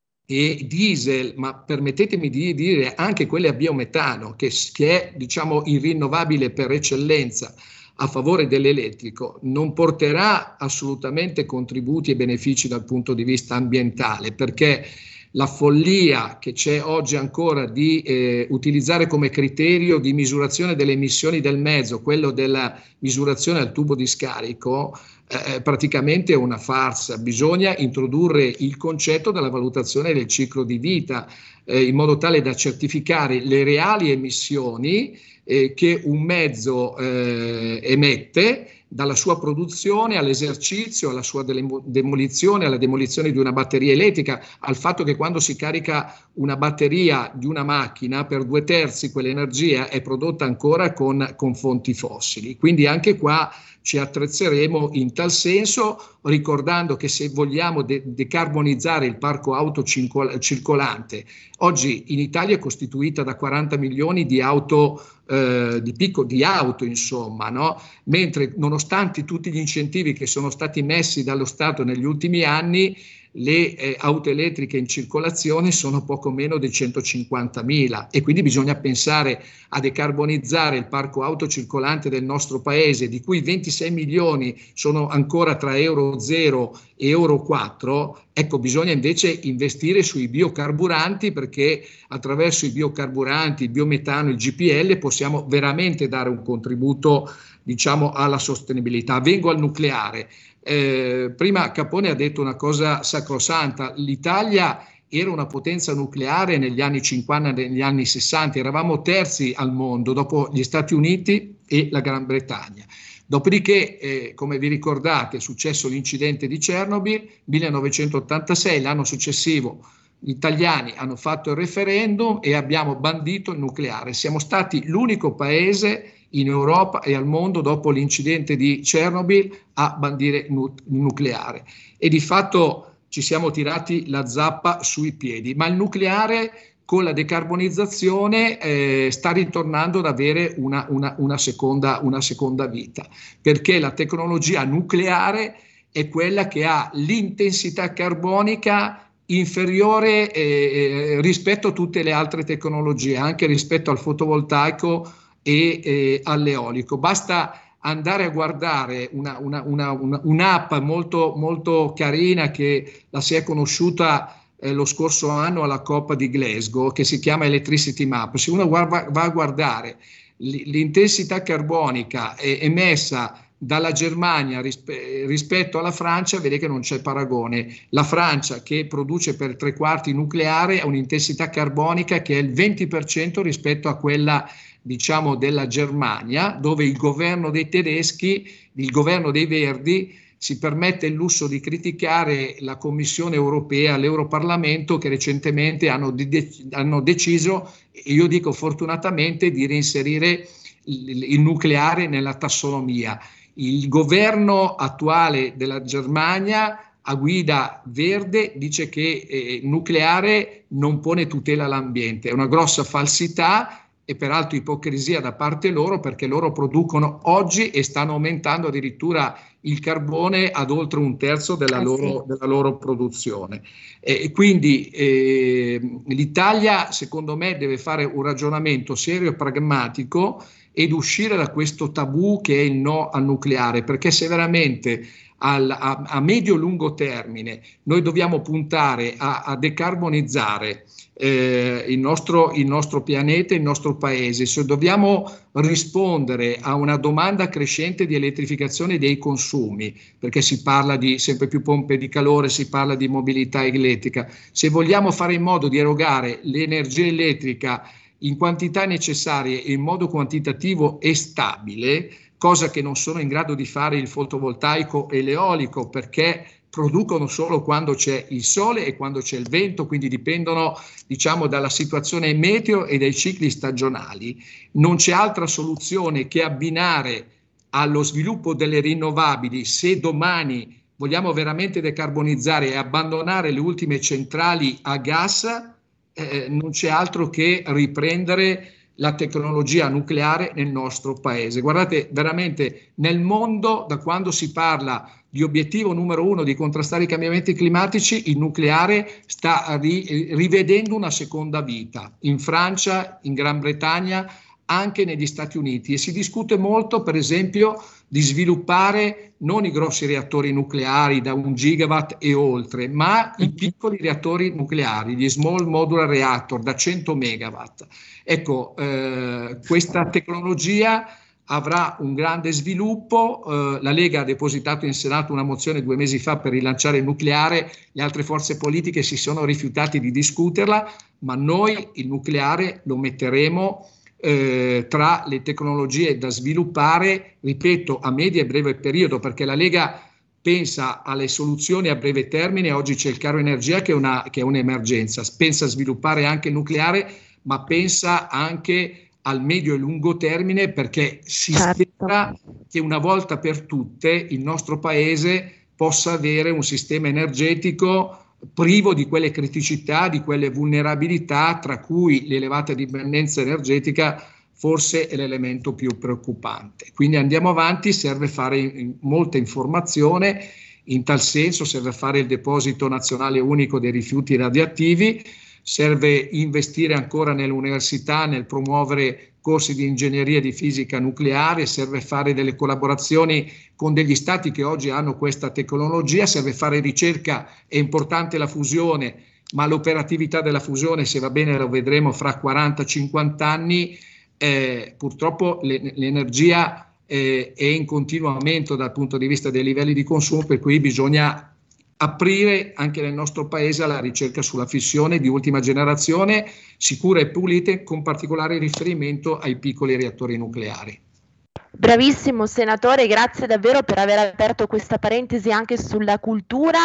[SPEAKER 4] e diesel, ma permettetemi di dire anche quelle a biometano, che, che è, diciamo, il rinnovabile per eccellenza a favore dell'elettrico, non porterà assolutamente contributi e benefici dal punto di vista ambientale, perché la follia che c'è oggi ancora di eh, utilizzare come criterio di misurazione delle emissioni del mezzo quello della misurazione al tubo di scarico eh, praticamente è una farsa. Bisogna introdurre il concetto della valutazione del ciclo di vita eh, in modo tale da certificare le reali emissioni eh, che un mezzo eh, emette, dalla sua produzione all'esercizio, alla sua demolizione, alla demolizione di una batteria elettrica, al fatto che quando si carica una batteria di una macchina, per due terzi quell'energia è prodotta ancora con, con fonti fossili. Quindi anche qua ci attrezzeremo in tal senso, ricordando che se vogliamo de- decarbonizzare il parco auto circol- circolante, oggi in Italia è costituita da quaranta milioni di auto, eh, di picco di auto, insomma, no? Mentre nonostante tutti gli incentivi che sono stati messi dallo Stato negli ultimi anni, le eh, auto elettriche in circolazione sono poco meno di centocinquantamila e quindi bisogna pensare a decarbonizzare il parco auto circolante del nostro paese, di cui ventisei milioni sono ancora tra Euro zero e Euro quattro. Ecco, bisogna invece investire sui biocarburanti, perché attraverso i biocarburanti, il biometano, il G P L possiamo veramente dare un contributo, diciamo, alla sostenibilità. Vengo al nucleare. Eh, prima Capone ha detto una cosa sacrosanta: l'Italia era una potenza nucleare negli anni cinquanta, negli anni sessanta, eravamo terzi al mondo dopo gli Stati Uniti e la Gran Bretagna. Dopodiché, eh, come vi ricordate, è successo l'incidente di Chernobyl, millenovecentottantasei, l'anno successivo Gli italiani hanno fatto il referendum e abbiamo bandito il nucleare. Siamo stati l'unico paese in Europa e al mondo, dopo l'incidente di Chernobyl, a bandire il nu- nucleare. E di fatto ci siamo tirati la zappa sui piedi. Ma il nucleare, con la decarbonizzazione, eh, sta ritornando ad avere una, una, una, seconda, una seconda vita, perché la tecnologia nucleare è quella che ha l'intensità carbonica inferiore eh, rispetto a tutte le altre tecnologie, anche rispetto al fotovoltaico e eh, all'eolico. Basta andare a guardare una, una, una, una, un'app molto, molto carina che la si è conosciuta eh, lo scorso anno alla Coppa di Glasgow, che si chiama Electricity Map. Se uno guarda, va a guardare l'intensità carbonica eh, emessa dalla Germania rispe- rispetto alla Francia, vede che non c'è paragone. La Francia, che produce per tre quarti nucleare, ha un'intensità carbonica che è il venti per cento rispetto a quella, diciamo, della Germania, dove il governo dei tedeschi, il governo dei Verdi, si permette il lusso di criticare la Commissione europea, l'Europarlamento, che recentemente hanno, de- hanno deciso, io dico fortunatamente, di reinserire il, il nucleare nella tassonomia. Il governo attuale della Germania, a guida verde, dice che eh, il nucleare non pone tutela all'ambiente. È una grossa falsità e peraltro ipocrisia da parte loro, perché loro producono oggi e stanno aumentando addirittura il carbone ad oltre un terzo della, eh loro, sì. della loro produzione. E quindi eh, l'Italia, secondo me, deve fare un ragionamento serio e pragmatico ed uscire da questo tabù che è il no al nucleare, perché se veramente al, a, a medio-lungo termine noi dobbiamo puntare a, a decarbonizzare eh, il, nostro, il nostro pianeta, il nostro paese, se dobbiamo rispondere a una domanda crescente di elettrificazione dei consumi, perché si parla di sempre più pompe di calore, si parla di mobilità elettrica, se vogliamo fare in modo di erogare l'energia elettrica in quantità necessarie e in modo quantitativo e stabile, cosa che non sono in grado di fare il fotovoltaico e l'eolico, perché producono solo quando c'è il sole e quando c'è il vento, quindi dipendono, diciamo, dalla situazione meteo e dai cicli stagionali. Non c'è altra soluzione che abbinare allo sviluppo delle rinnovabili, se domani vogliamo veramente decarbonizzare e abbandonare le ultime centrali a gas. Eh, non c'è altro che riprendere la tecnologia nucleare nel nostro paese. Guardate, veramente nel mondo, da quando si parla di obiettivo numero uno di contrastare i cambiamenti climatici, il nucleare sta ri- rivedendo una seconda vita. In Francia, in Gran Bretagna, anche negli Stati Uniti, e si discute molto, per esempio, di sviluppare non i grossi reattori nucleari da un gigawatt e oltre, ma i piccoli reattori nucleari, gli small modular reactor da cento megawatt. Ecco, eh, questa tecnologia avrà un grande sviluppo. Eh, la Lega ha depositato in Senato una mozione due mesi fa per rilanciare il nucleare, le altre forze politiche si sono rifiutati di discuterla, ma noi il nucleare lo metteremo Eh, tra le tecnologie da sviluppare, ripeto, a medio e breve periodo, perché la Lega pensa alle soluzioni a breve termine. Oggi c'è il caro energia che è, una, che è un'emergenza, pensa a sviluppare anche il nucleare, ma pensa anche al medio e lungo termine, perché si certo. spera che una volta per tutte il nostro paese possa avere un sistema energetico privo di quelle criticità, di quelle vulnerabilità, tra cui l'elevata dipendenza energetica forse è l'elemento più preoccupante. Quindi andiamo avanti, serve fare molta informazione, in tal senso serve fare il deposito nazionale unico dei rifiuti radioattivi, serve investire ancora nell'università, nel promuovere corsi di ingegneria di fisica nucleare, serve fare delle collaborazioni con degli stati che oggi hanno questa tecnologia, serve fare ricerca, è importante la fusione, ma l'operatività della fusione, se va bene, lo vedremo fra quaranta cinquanta anni. Eh, purtroppo le, l'energia eh, è in continuo aumento dal punto di vista dei livelli di consumo, per cui bisogna aprire anche nel nostro paese alla ricerca sulla fissione di ultima generazione, sicura e pulita, con particolare riferimento ai piccoli reattori nucleari.
[SPEAKER 3] Bravissimo senatore, grazie davvero per aver aperto questa parentesi anche sulla cultura.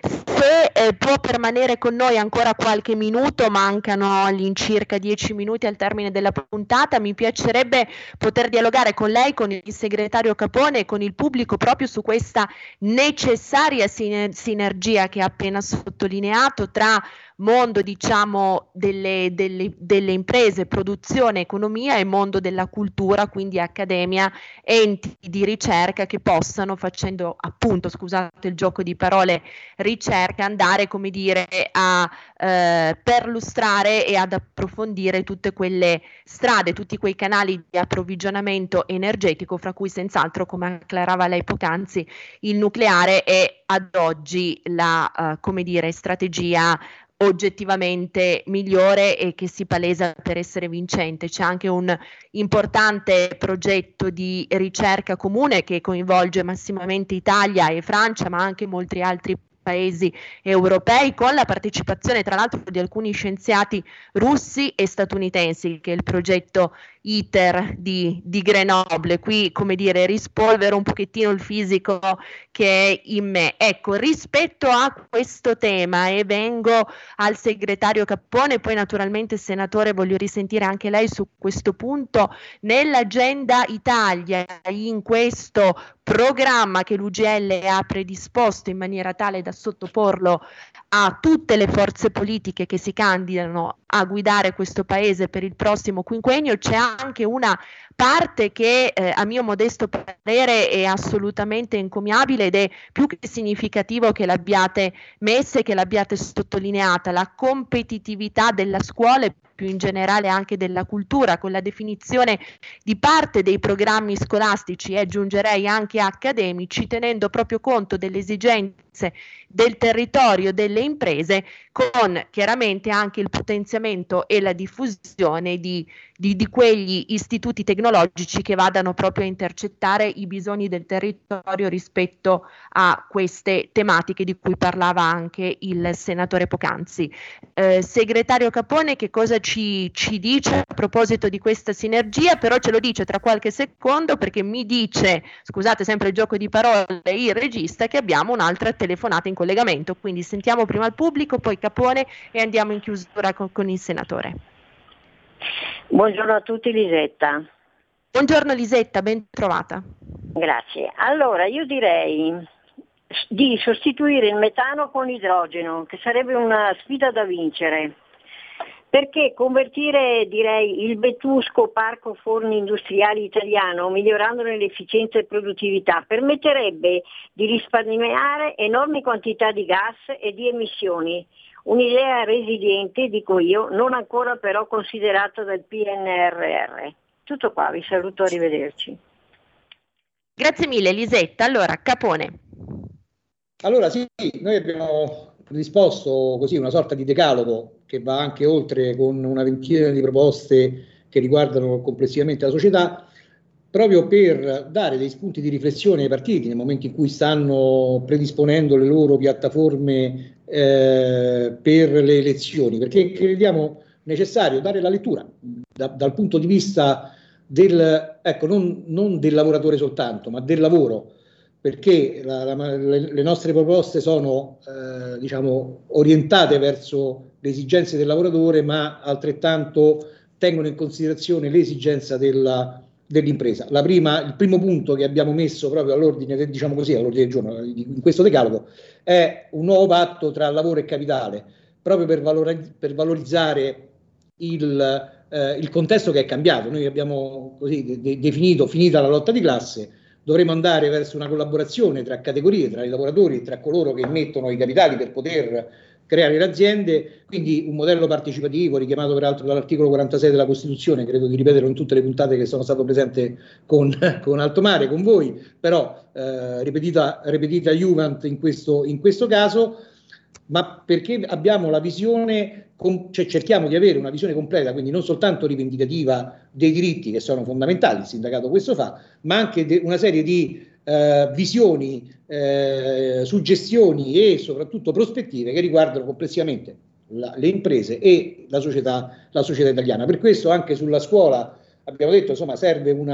[SPEAKER 3] Se eh, può permanere con noi ancora qualche minuto, mancano all'incirca dieci minuti al termine della puntata, mi piacerebbe poter dialogare con lei, con il segretario Capone e con il pubblico proprio su questa necessaria siner- sinergia che ha appena sottolineato tra mondo, diciamo, delle, delle, delle imprese, produzione, economia e mondo della cultura, quindi accademia, enti di ricerca che possano, facendo appunto, scusate il gioco di parole, ricerca, andare, come dire, a eh, perlustrare e ad approfondire tutte quelle strade, tutti quei canali di approvvigionamento energetico, fra cui senz'altro, come acclarava lei poc'anzi, il nucleare è ad oggi la, uh, come dire, strategia oggettivamente migliore e che si palesa per essere vincente. C'è anche un importante progetto di ricerca comune che coinvolge massimamente Italia e Francia, ma anche molti altri paesi europei, con la partecipazione tra l'altro di alcuni scienziati russi e statunitensi, che è il progetto ITER di, di Grenoble. Qui, come dire, rispolvero un pochettino il fisico che è in me. Ecco, rispetto a questo tema, e vengo al segretario Capone, poi naturalmente senatore voglio risentire anche lei su questo punto, nell'agenda Italia, in questo programma che l'U G L ha predisposto in maniera tale da sottoporlo a tutte le forze politiche che si candidano a guidare questo paese per il prossimo quinquennio, c'è anche una parte che eh, a mio modesto parere è assolutamente encomiabile ed è più che significativo che l'abbiate messa e che l'abbiate sottolineata: la competitività della scuola e più in generale anche della cultura, con la definizione di parte dei programmi scolastici e aggiungerei anche accademici, tenendo proprio conto delle esigenze del territorio, delle imprese, con chiaramente anche il potenziamento e la diffusione di, di, di quegli istituti tecnologici che vadano proprio a intercettare i bisogni del territorio rispetto a queste tematiche di cui parlava anche il senatore poc'anzi. Eh, segretario Capone, che cosa ci, ci dice a proposito di questa sinergia? Però ce lo dice tra qualche secondo, perché mi dice, scusate sempre il gioco di parole, il regista, che abbiamo un'altra telefonata in collegamento, quindi sentiamo prima il pubblico, poi Capone e andiamo in chiusura con, con il senatore.
[SPEAKER 16] Buongiorno a tutti, Lisetta.
[SPEAKER 3] Buongiorno Lisetta, ben trovata.
[SPEAKER 16] Grazie. Allora, io direi di sostituire il metano con l'idrogeno, che sarebbe una sfida da vincere, perché convertire, direi, il vetusco parco forni industriali italiano, migliorandone l'efficienza e produttività, permetterebbe di risparmiare enormi quantità di gas e di emissioni. Un'idea resiliente, dico io, non ancora però considerata dal P N R R. Tutto qua, vi saluto, arrivederci.
[SPEAKER 3] Grazie mille Lisetta. Allora, Capone.
[SPEAKER 5] Allora sì, noi abbiamo predisposto così una sorta di decalogo che va anche oltre, con una ventina di proposte che riguardano complessivamente la società, proprio per dare dei spunti di riflessione ai partiti nel momento in cui stanno predisponendo le loro piattaforme eh, per le elezioni, perché crediamo necessario dare la lettura da, dal punto di vista del, ecco, non, non del lavoratore soltanto, ma del lavoro, perché la, la, le, le nostre proposte sono eh, diciamo orientate verso le esigenze del lavoratore, ma altrettanto tengono in considerazione l'esigenza della, dell'impresa. La prima, il primo punto che abbiamo messo proprio all'ordine, diciamo così, all'ordine del giorno in questo decalogo è un nuovo patto tra lavoro e capitale, proprio per, valor, per valorizzare il, eh, il contesto che è cambiato. Noi abbiamo così de, de, definito, finita la lotta di classe, dovremo andare verso una collaborazione tra categorie, tra i lavoratori, tra coloro che mettono i capitali per poter creare le aziende, quindi un modello partecipativo richiamato peraltro dall'articolo quarantasei della Costituzione, credo di ripeterlo in tutte le puntate che sono stato presente con, con Altomare, con voi, però eh, ripetita, ripetita Juvent in questo, in questo caso, ma perché abbiamo la visione, com- cioè cerchiamo di avere una visione completa, quindi non soltanto rivendicativa dei diritti che sono fondamentali, il sindacato questo fa, ma anche de- una serie di eh, visioni, eh, suggestioni e soprattutto prospettive che riguardano complessivamente la- le imprese e la società, la società italiana. Per questo anche sulla scuola abbiamo detto, insomma, serve una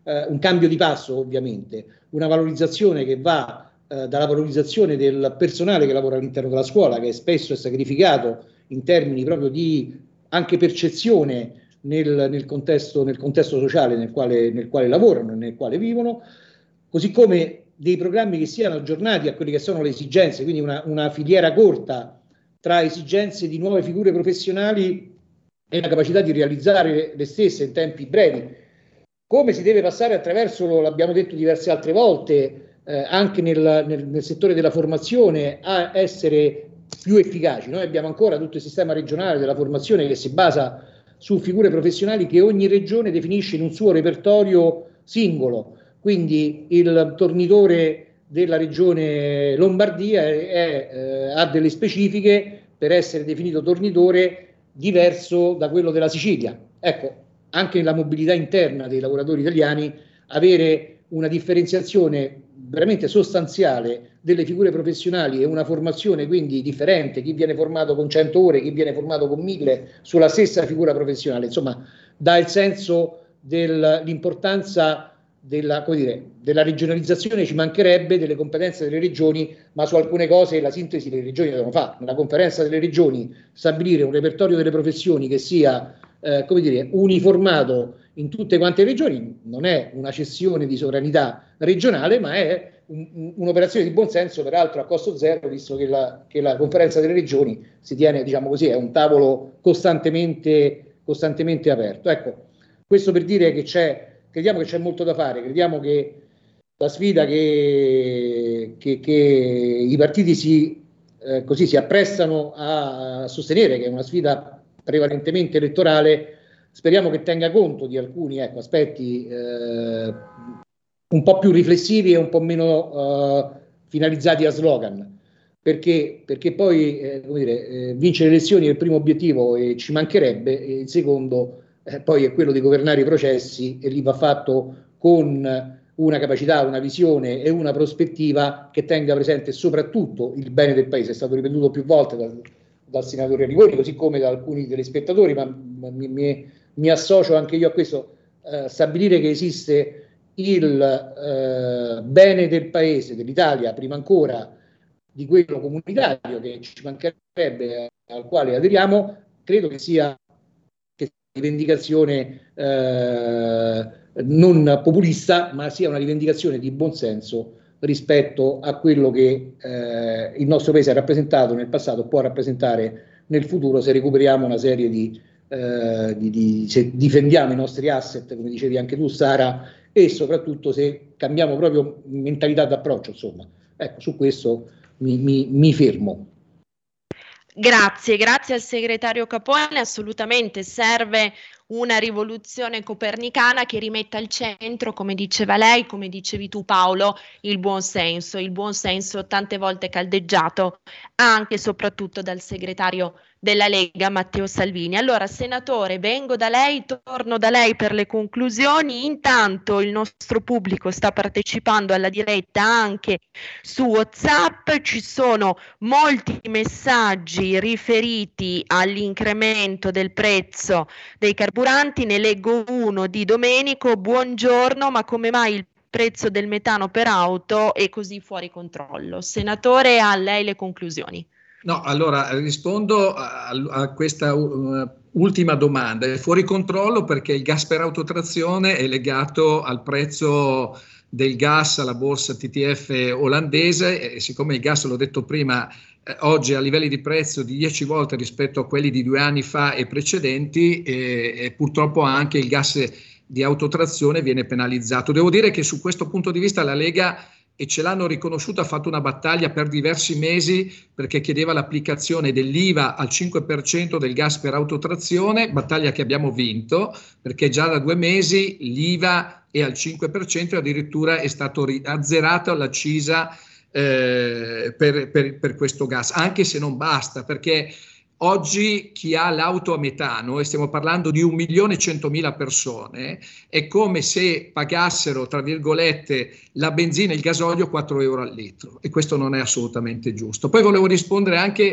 [SPEAKER 5] eh, un cambio di passo ovviamente, una valorizzazione che va eh, dalla valorizzazione del personale che lavora all'interno della scuola, che spesso è sacrificato in termini proprio di anche percezione nel, nel, contesto, nel contesto sociale nel quale, nel quale lavorano, nel quale vivono, così come dei programmi che siano aggiornati a quelle che sono le esigenze, quindi una, una filiera corta tra esigenze di nuove figure professionali e la capacità di realizzare le stesse in tempi brevi. Come si deve passare attraverso, l'abbiamo detto diverse altre volte, eh, anche nel, nel, nel settore della formazione, a essere più efficaci. Noi abbiamo ancora tutto il sistema regionale della formazione che si basa su figure professionali che ogni regione definisce in un suo repertorio singolo. Quindi il tornitore della regione Lombardia è, è, eh, ha delle specifiche per essere definito tornitore diverso da quello della Sicilia. Ecco, anche nella mobilità interna dei lavoratori italiani, avere una differenziazione veramente sostanziale delle figure professionali e una formazione quindi differente, chi viene formato con cento ore, chi viene formato con mille sulla stessa figura professionale, insomma dà il senso dell'importanza della, come dire, della regionalizzazione, ci mancherebbe, delle competenze delle regioni, ma su alcune cose la sintesi le regioni devono fare. Nella conferenza delle regioni stabilire un repertorio delle professioni che sia eh, come dire, uniformato in tutte quante le regioni non è una cessione di sovranità regionale, ma è un, un'operazione di buonsenso, peraltro a costo zero, visto che la, che la conferenza delle regioni si tiene, diciamo così, è un tavolo costantemente, costantemente aperto. Ecco, questo per dire che c'è, crediamo che c'è molto da fare, crediamo che la sfida che, che, che i partiti si, eh, così si apprestano a sostenere, che è una sfida prevalentemente elettorale, speriamo che tenga conto di alcuni ecco, aspetti eh, un po' più riflessivi e un po' meno eh, finalizzati a slogan, perché, perché poi eh, come dire, eh, vincere le elezioni è il primo obiettivo e ci mancherebbe, e il secondo eh, poi è quello di governare i processi, e lì va fatto con una capacità, una visione e una prospettiva che tenga presente soprattutto il bene del paese. È stato ripetuto più volte dal, dal senatore Arrigoni, così come da alcuni telespettatori, ma, ma mi, mi, mi associo anche io a questo, eh, stabilire che esiste il eh, bene del paese, dell'Italia, prima ancora di quello comunitario che ci mancherebbe, al quale aderiamo, credo che sia che sia una rivendicazione eh, non populista, ma sia una rivendicazione di buonsenso rispetto a quello che eh, il nostro paese ha rappresentato nel passato, può rappresentare nel futuro, se recuperiamo una serie di, eh, di, di se difendiamo i nostri asset, come dicevi anche tu Sara, e soprattutto se cambiamo proprio mentalità d'approccio, insomma. Ecco, su questo mi, mi, mi fermo.
[SPEAKER 3] Grazie, grazie al segretario Capone, assolutamente serve una rivoluzione copernicana che rimetta al centro, come diceva lei, come dicevi tu Paolo, il buon senso, il buon senso tante volte caldeggiato anche e soprattutto dal segretario della Lega Matteo Salvini. Allora, senatore, vengo da lei, torno da lei per le conclusioni. Intanto il nostro pubblico sta partecipando alla diretta anche su WhatsApp, ci sono molti messaggi riferiti all'incremento del prezzo dei carburanti. Ne leggo uno di Domenico: buongiorno, ma come mai il prezzo del metano per auto è così fuori controllo? Senatore, a lei le conclusioni.
[SPEAKER 4] No, allora rispondo a, a questa uh, ultima domanda. È fuori controllo perché il gas per autotrazione è legato al prezzo del gas alla borsa T T F olandese, e siccome il gas, l'ho detto prima, eh, oggi è a livelli di prezzo di dieci volte rispetto a quelli di due anni fa e precedenti, e, e purtroppo anche il gas di autotrazione viene penalizzato. Devo dire che su questo punto di vista la Lega, e ce l'hanno riconosciuto, ha fatto una battaglia per diversi mesi perché chiedeva l'applicazione dell'I V A al cinque per cento del gas per autotrazione, battaglia che abbiamo vinto perché già da due mesi l'I V A è al cinque per cento e addirittura è stato azzerato l'accisa eh, per, per, per questo gas, anche se non basta, perché oggi chi ha l'auto a metano, e stiamo parlando di un milione e centomila persone, è come se pagassero, tra virgolette, la benzina e il gasolio quattro euro al litro, e questo non è assolutamente giusto. Poi volevo rispondere anche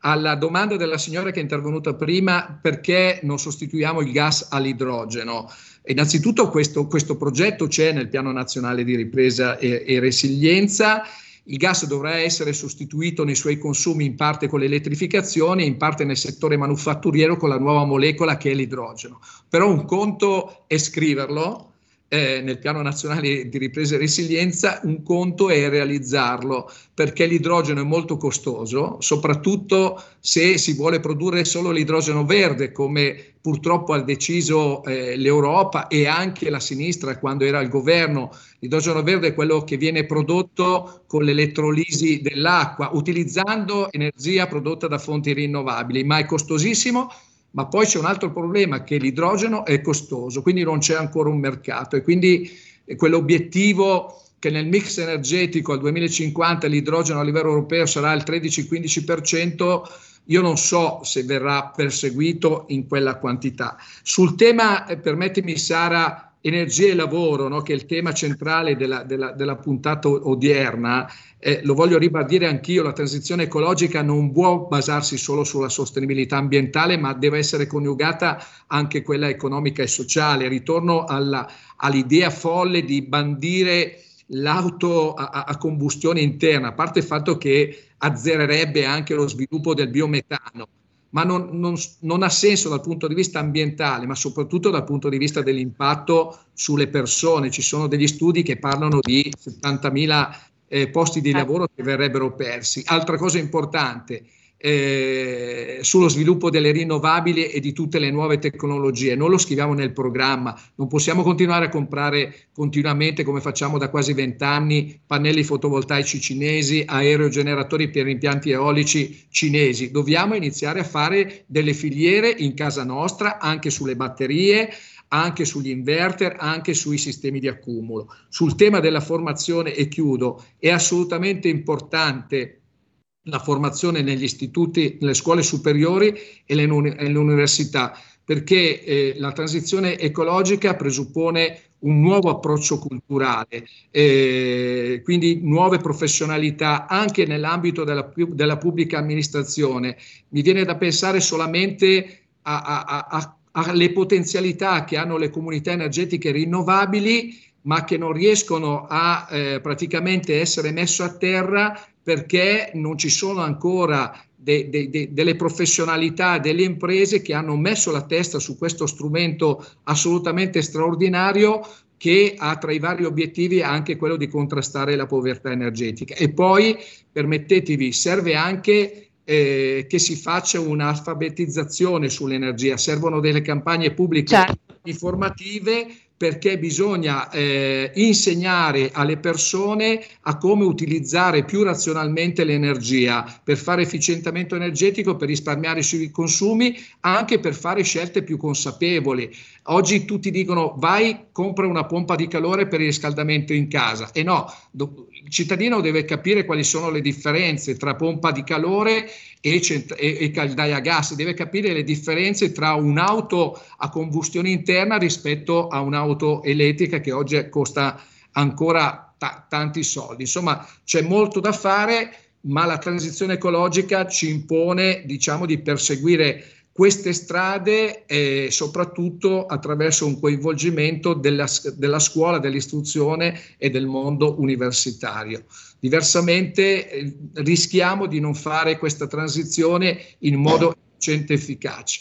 [SPEAKER 4] alla domanda della signora che è intervenuta prima, perché non sostituiamo il gas all'idrogeno? Innanzitutto questo, questo progetto c'è nel Piano Nazionale di Ripresa e, e Resilienza. Il gas dovrà essere sostituito nei suoi consumi in parte con l'elettrificazione e in parte nel settore manufatturiero con la nuova molecola che è l'idrogeno. Però un conto è scriverlo eh, nel Piano Nazionale di Ripresa e Resilienza, un conto è realizzarlo, perché l'idrogeno è molto costoso, soprattutto se si vuole produrre solo l'idrogeno verde, come purtroppo ha deciso eh, l'Europa e anche la sinistra quando era al governo. L'idrogeno verde è quello che viene prodotto con l'elettrolisi dell'acqua, utilizzando energia prodotta da fonti rinnovabili, ma è costosissimo. Ma poi c'è un altro problema, che l'idrogeno è costoso, quindi non c'è ancora un mercato, e quindi quell'obiettivo che nel mix energetico al duemilacinquanta l'idrogeno a livello europeo sarà il tredici quindici per cento, io non so se verrà perseguito in quella quantità. Sul tema, eh, permettimi Sara, energia e lavoro, no, che è il tema centrale della, della, della puntata odierna, eh, lo voglio ribadire anch'io, la transizione ecologica non può basarsi solo sulla sostenibilità ambientale, ma deve essere coniugata anche quella economica e sociale. Ritorno alla, all'idea folle di bandire l'auto a, a combustione interna, a parte il fatto che azzererebbe anche lo sviluppo del biometano, ma non, non, non ha senso dal punto di vista ambientale, ma soprattutto dal punto di vista dell'impatto sulle persone. Ci sono degli studi che parlano di settantamila eh, posti di lavoro che verrebbero persi. Altra cosa importante, eh, sullo sviluppo delle rinnovabili e di tutte le nuove tecnologie. Noi lo scriviamo nel programma, non possiamo continuare a comprare continuamente, come facciamo da quasi vent'anni, pannelli fotovoltaici cinesi, aerogeneratori per impianti eolici cinesi. Dobbiamo iniziare a fare delle filiere in casa nostra, anche sulle batterie, anche sugli inverter, anche sui sistemi di accumulo. Sul tema della formazione, e chiudo, è assolutamente importante la formazione negli istituti, nelle scuole superiori e nelle università, perché eh, la transizione ecologica presuppone un nuovo approccio culturale, eh, quindi nuove professionalità anche nell'ambito della, della pubblica amministrazione. Mi viene da pensare solamente a, a, a, alle potenzialità che hanno le comunità energetiche rinnovabili, ma che non riescono a eh, praticamente essere messo a terra perché non ci sono ancora de, de, de, delle professionalità, delle imprese che hanno messo la testa su questo strumento assolutamente straordinario, che ha tra i vari obiettivi anche quello di contrastare la povertà energetica. E poi, permettetevi, serve anche eh, che si faccia un'alfabetizzazione sull'energia, servono delle campagne pubbliche certo. informative, perché bisogna eh, insegnare alle persone a come utilizzare più razionalmente l'energia per fare efficientamento energetico, per risparmiare sui consumi, anche per fare scelte più consapevoli. Oggi tutti dicono vai, compra una pompa di calore per il riscaldamento in casa, e no, do, il cittadino deve capire quali sono le differenze tra pompa di calore e, cent- e, e caldaia a gas, deve capire le differenze tra un'auto a combustione interna rispetto a un'auto elettrica che oggi costa ancora ta- tanti soldi. Insomma, c'è molto da fare, ma la transizione ecologica ci impone, diciamo, di perseguire queste strade, eh, soprattutto attraverso un coinvolgimento della, della scuola, dell'istruzione e del mondo universitario. Diversamente eh, rischiamo di non fare questa transizione in modo efficiente e efficace.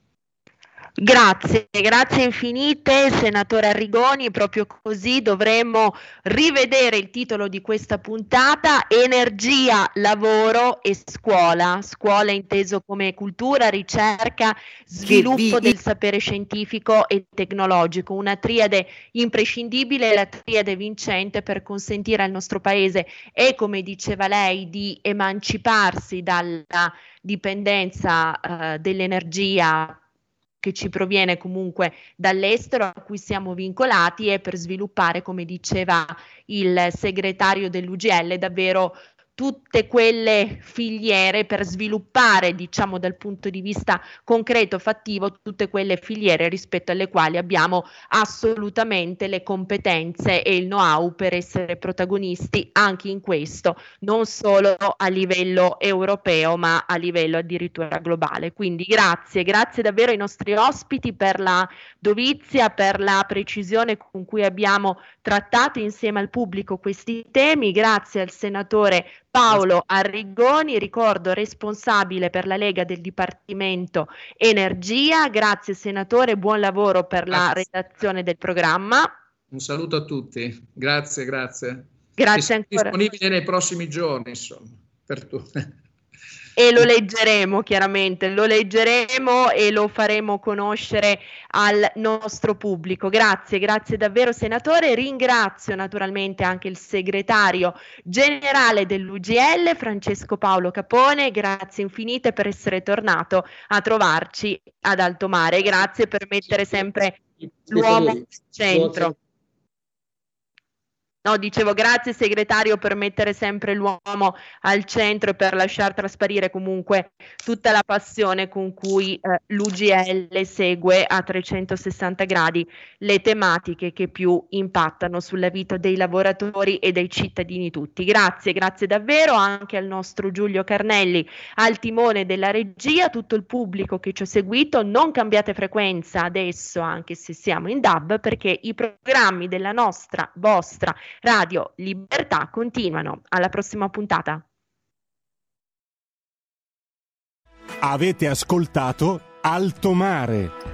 [SPEAKER 3] Grazie, grazie infinite senatore Arrigoni, proprio così dovremmo rivedere il titolo di questa puntata: energia, lavoro e scuola, scuola inteso come cultura, ricerca, sviluppo del sapere scientifico e tecnologico, una triade imprescindibile, la triade vincente per consentire al nostro paese e, come diceva lei, di emanciparsi dalla dipendenza uh, dell'energia che ci proviene comunque dall'estero, a cui siamo vincolati, e per sviluppare, come diceva il segretario dell'U G L, davvero tutte quelle filiere, per sviluppare, diciamo dal punto di vista concreto, fattivo, tutte quelle filiere rispetto alle quali abbiamo assolutamente le competenze e il know-how per essere protagonisti anche in questo, non solo a livello europeo ma a livello addirittura globale. Quindi grazie, grazie davvero ai nostri ospiti per la dovizia, per la precisione con cui abbiamo trattato insieme al pubblico questi temi, grazie al senatore Paolo Arrigoni, ricordo responsabile per la Lega del Dipartimento Energia. Grazie senatore, buon lavoro per la grazie. redazione del programma.
[SPEAKER 4] Un saluto a tutti, grazie, grazie.
[SPEAKER 3] Grazie ancora.
[SPEAKER 4] Disponibile nei prossimi giorni, insomma, per tutti.
[SPEAKER 3] E lo leggeremo chiaramente, lo leggeremo e lo faremo conoscere al nostro pubblico. Grazie, grazie davvero senatore. Ringrazio naturalmente anche il segretario generale dell'U G L, Francesco Paolo Capone. Grazie infinite per essere tornato a trovarci ad Alto Mare. Grazie per mettere sempre l'uomo al centro. No, dicevo grazie segretario per mettere sempre l'uomo al centro e per lasciar trasparire comunque tutta la passione con cui eh, l'U G L segue a trecentosessanta gradi le tematiche che più impattano sulla vita dei lavoratori e dei cittadini tutti. Grazie, grazie davvero anche al nostro Giulio Carnelli al timone della regia, tutto il pubblico che ci ha seguito. Non cambiate frequenza adesso anche se siamo in D A B, perché i programmi della nostra, vostra Radio Libertà continuano. Alla prossima puntata.
[SPEAKER 1] Avete ascoltato Alto Mare.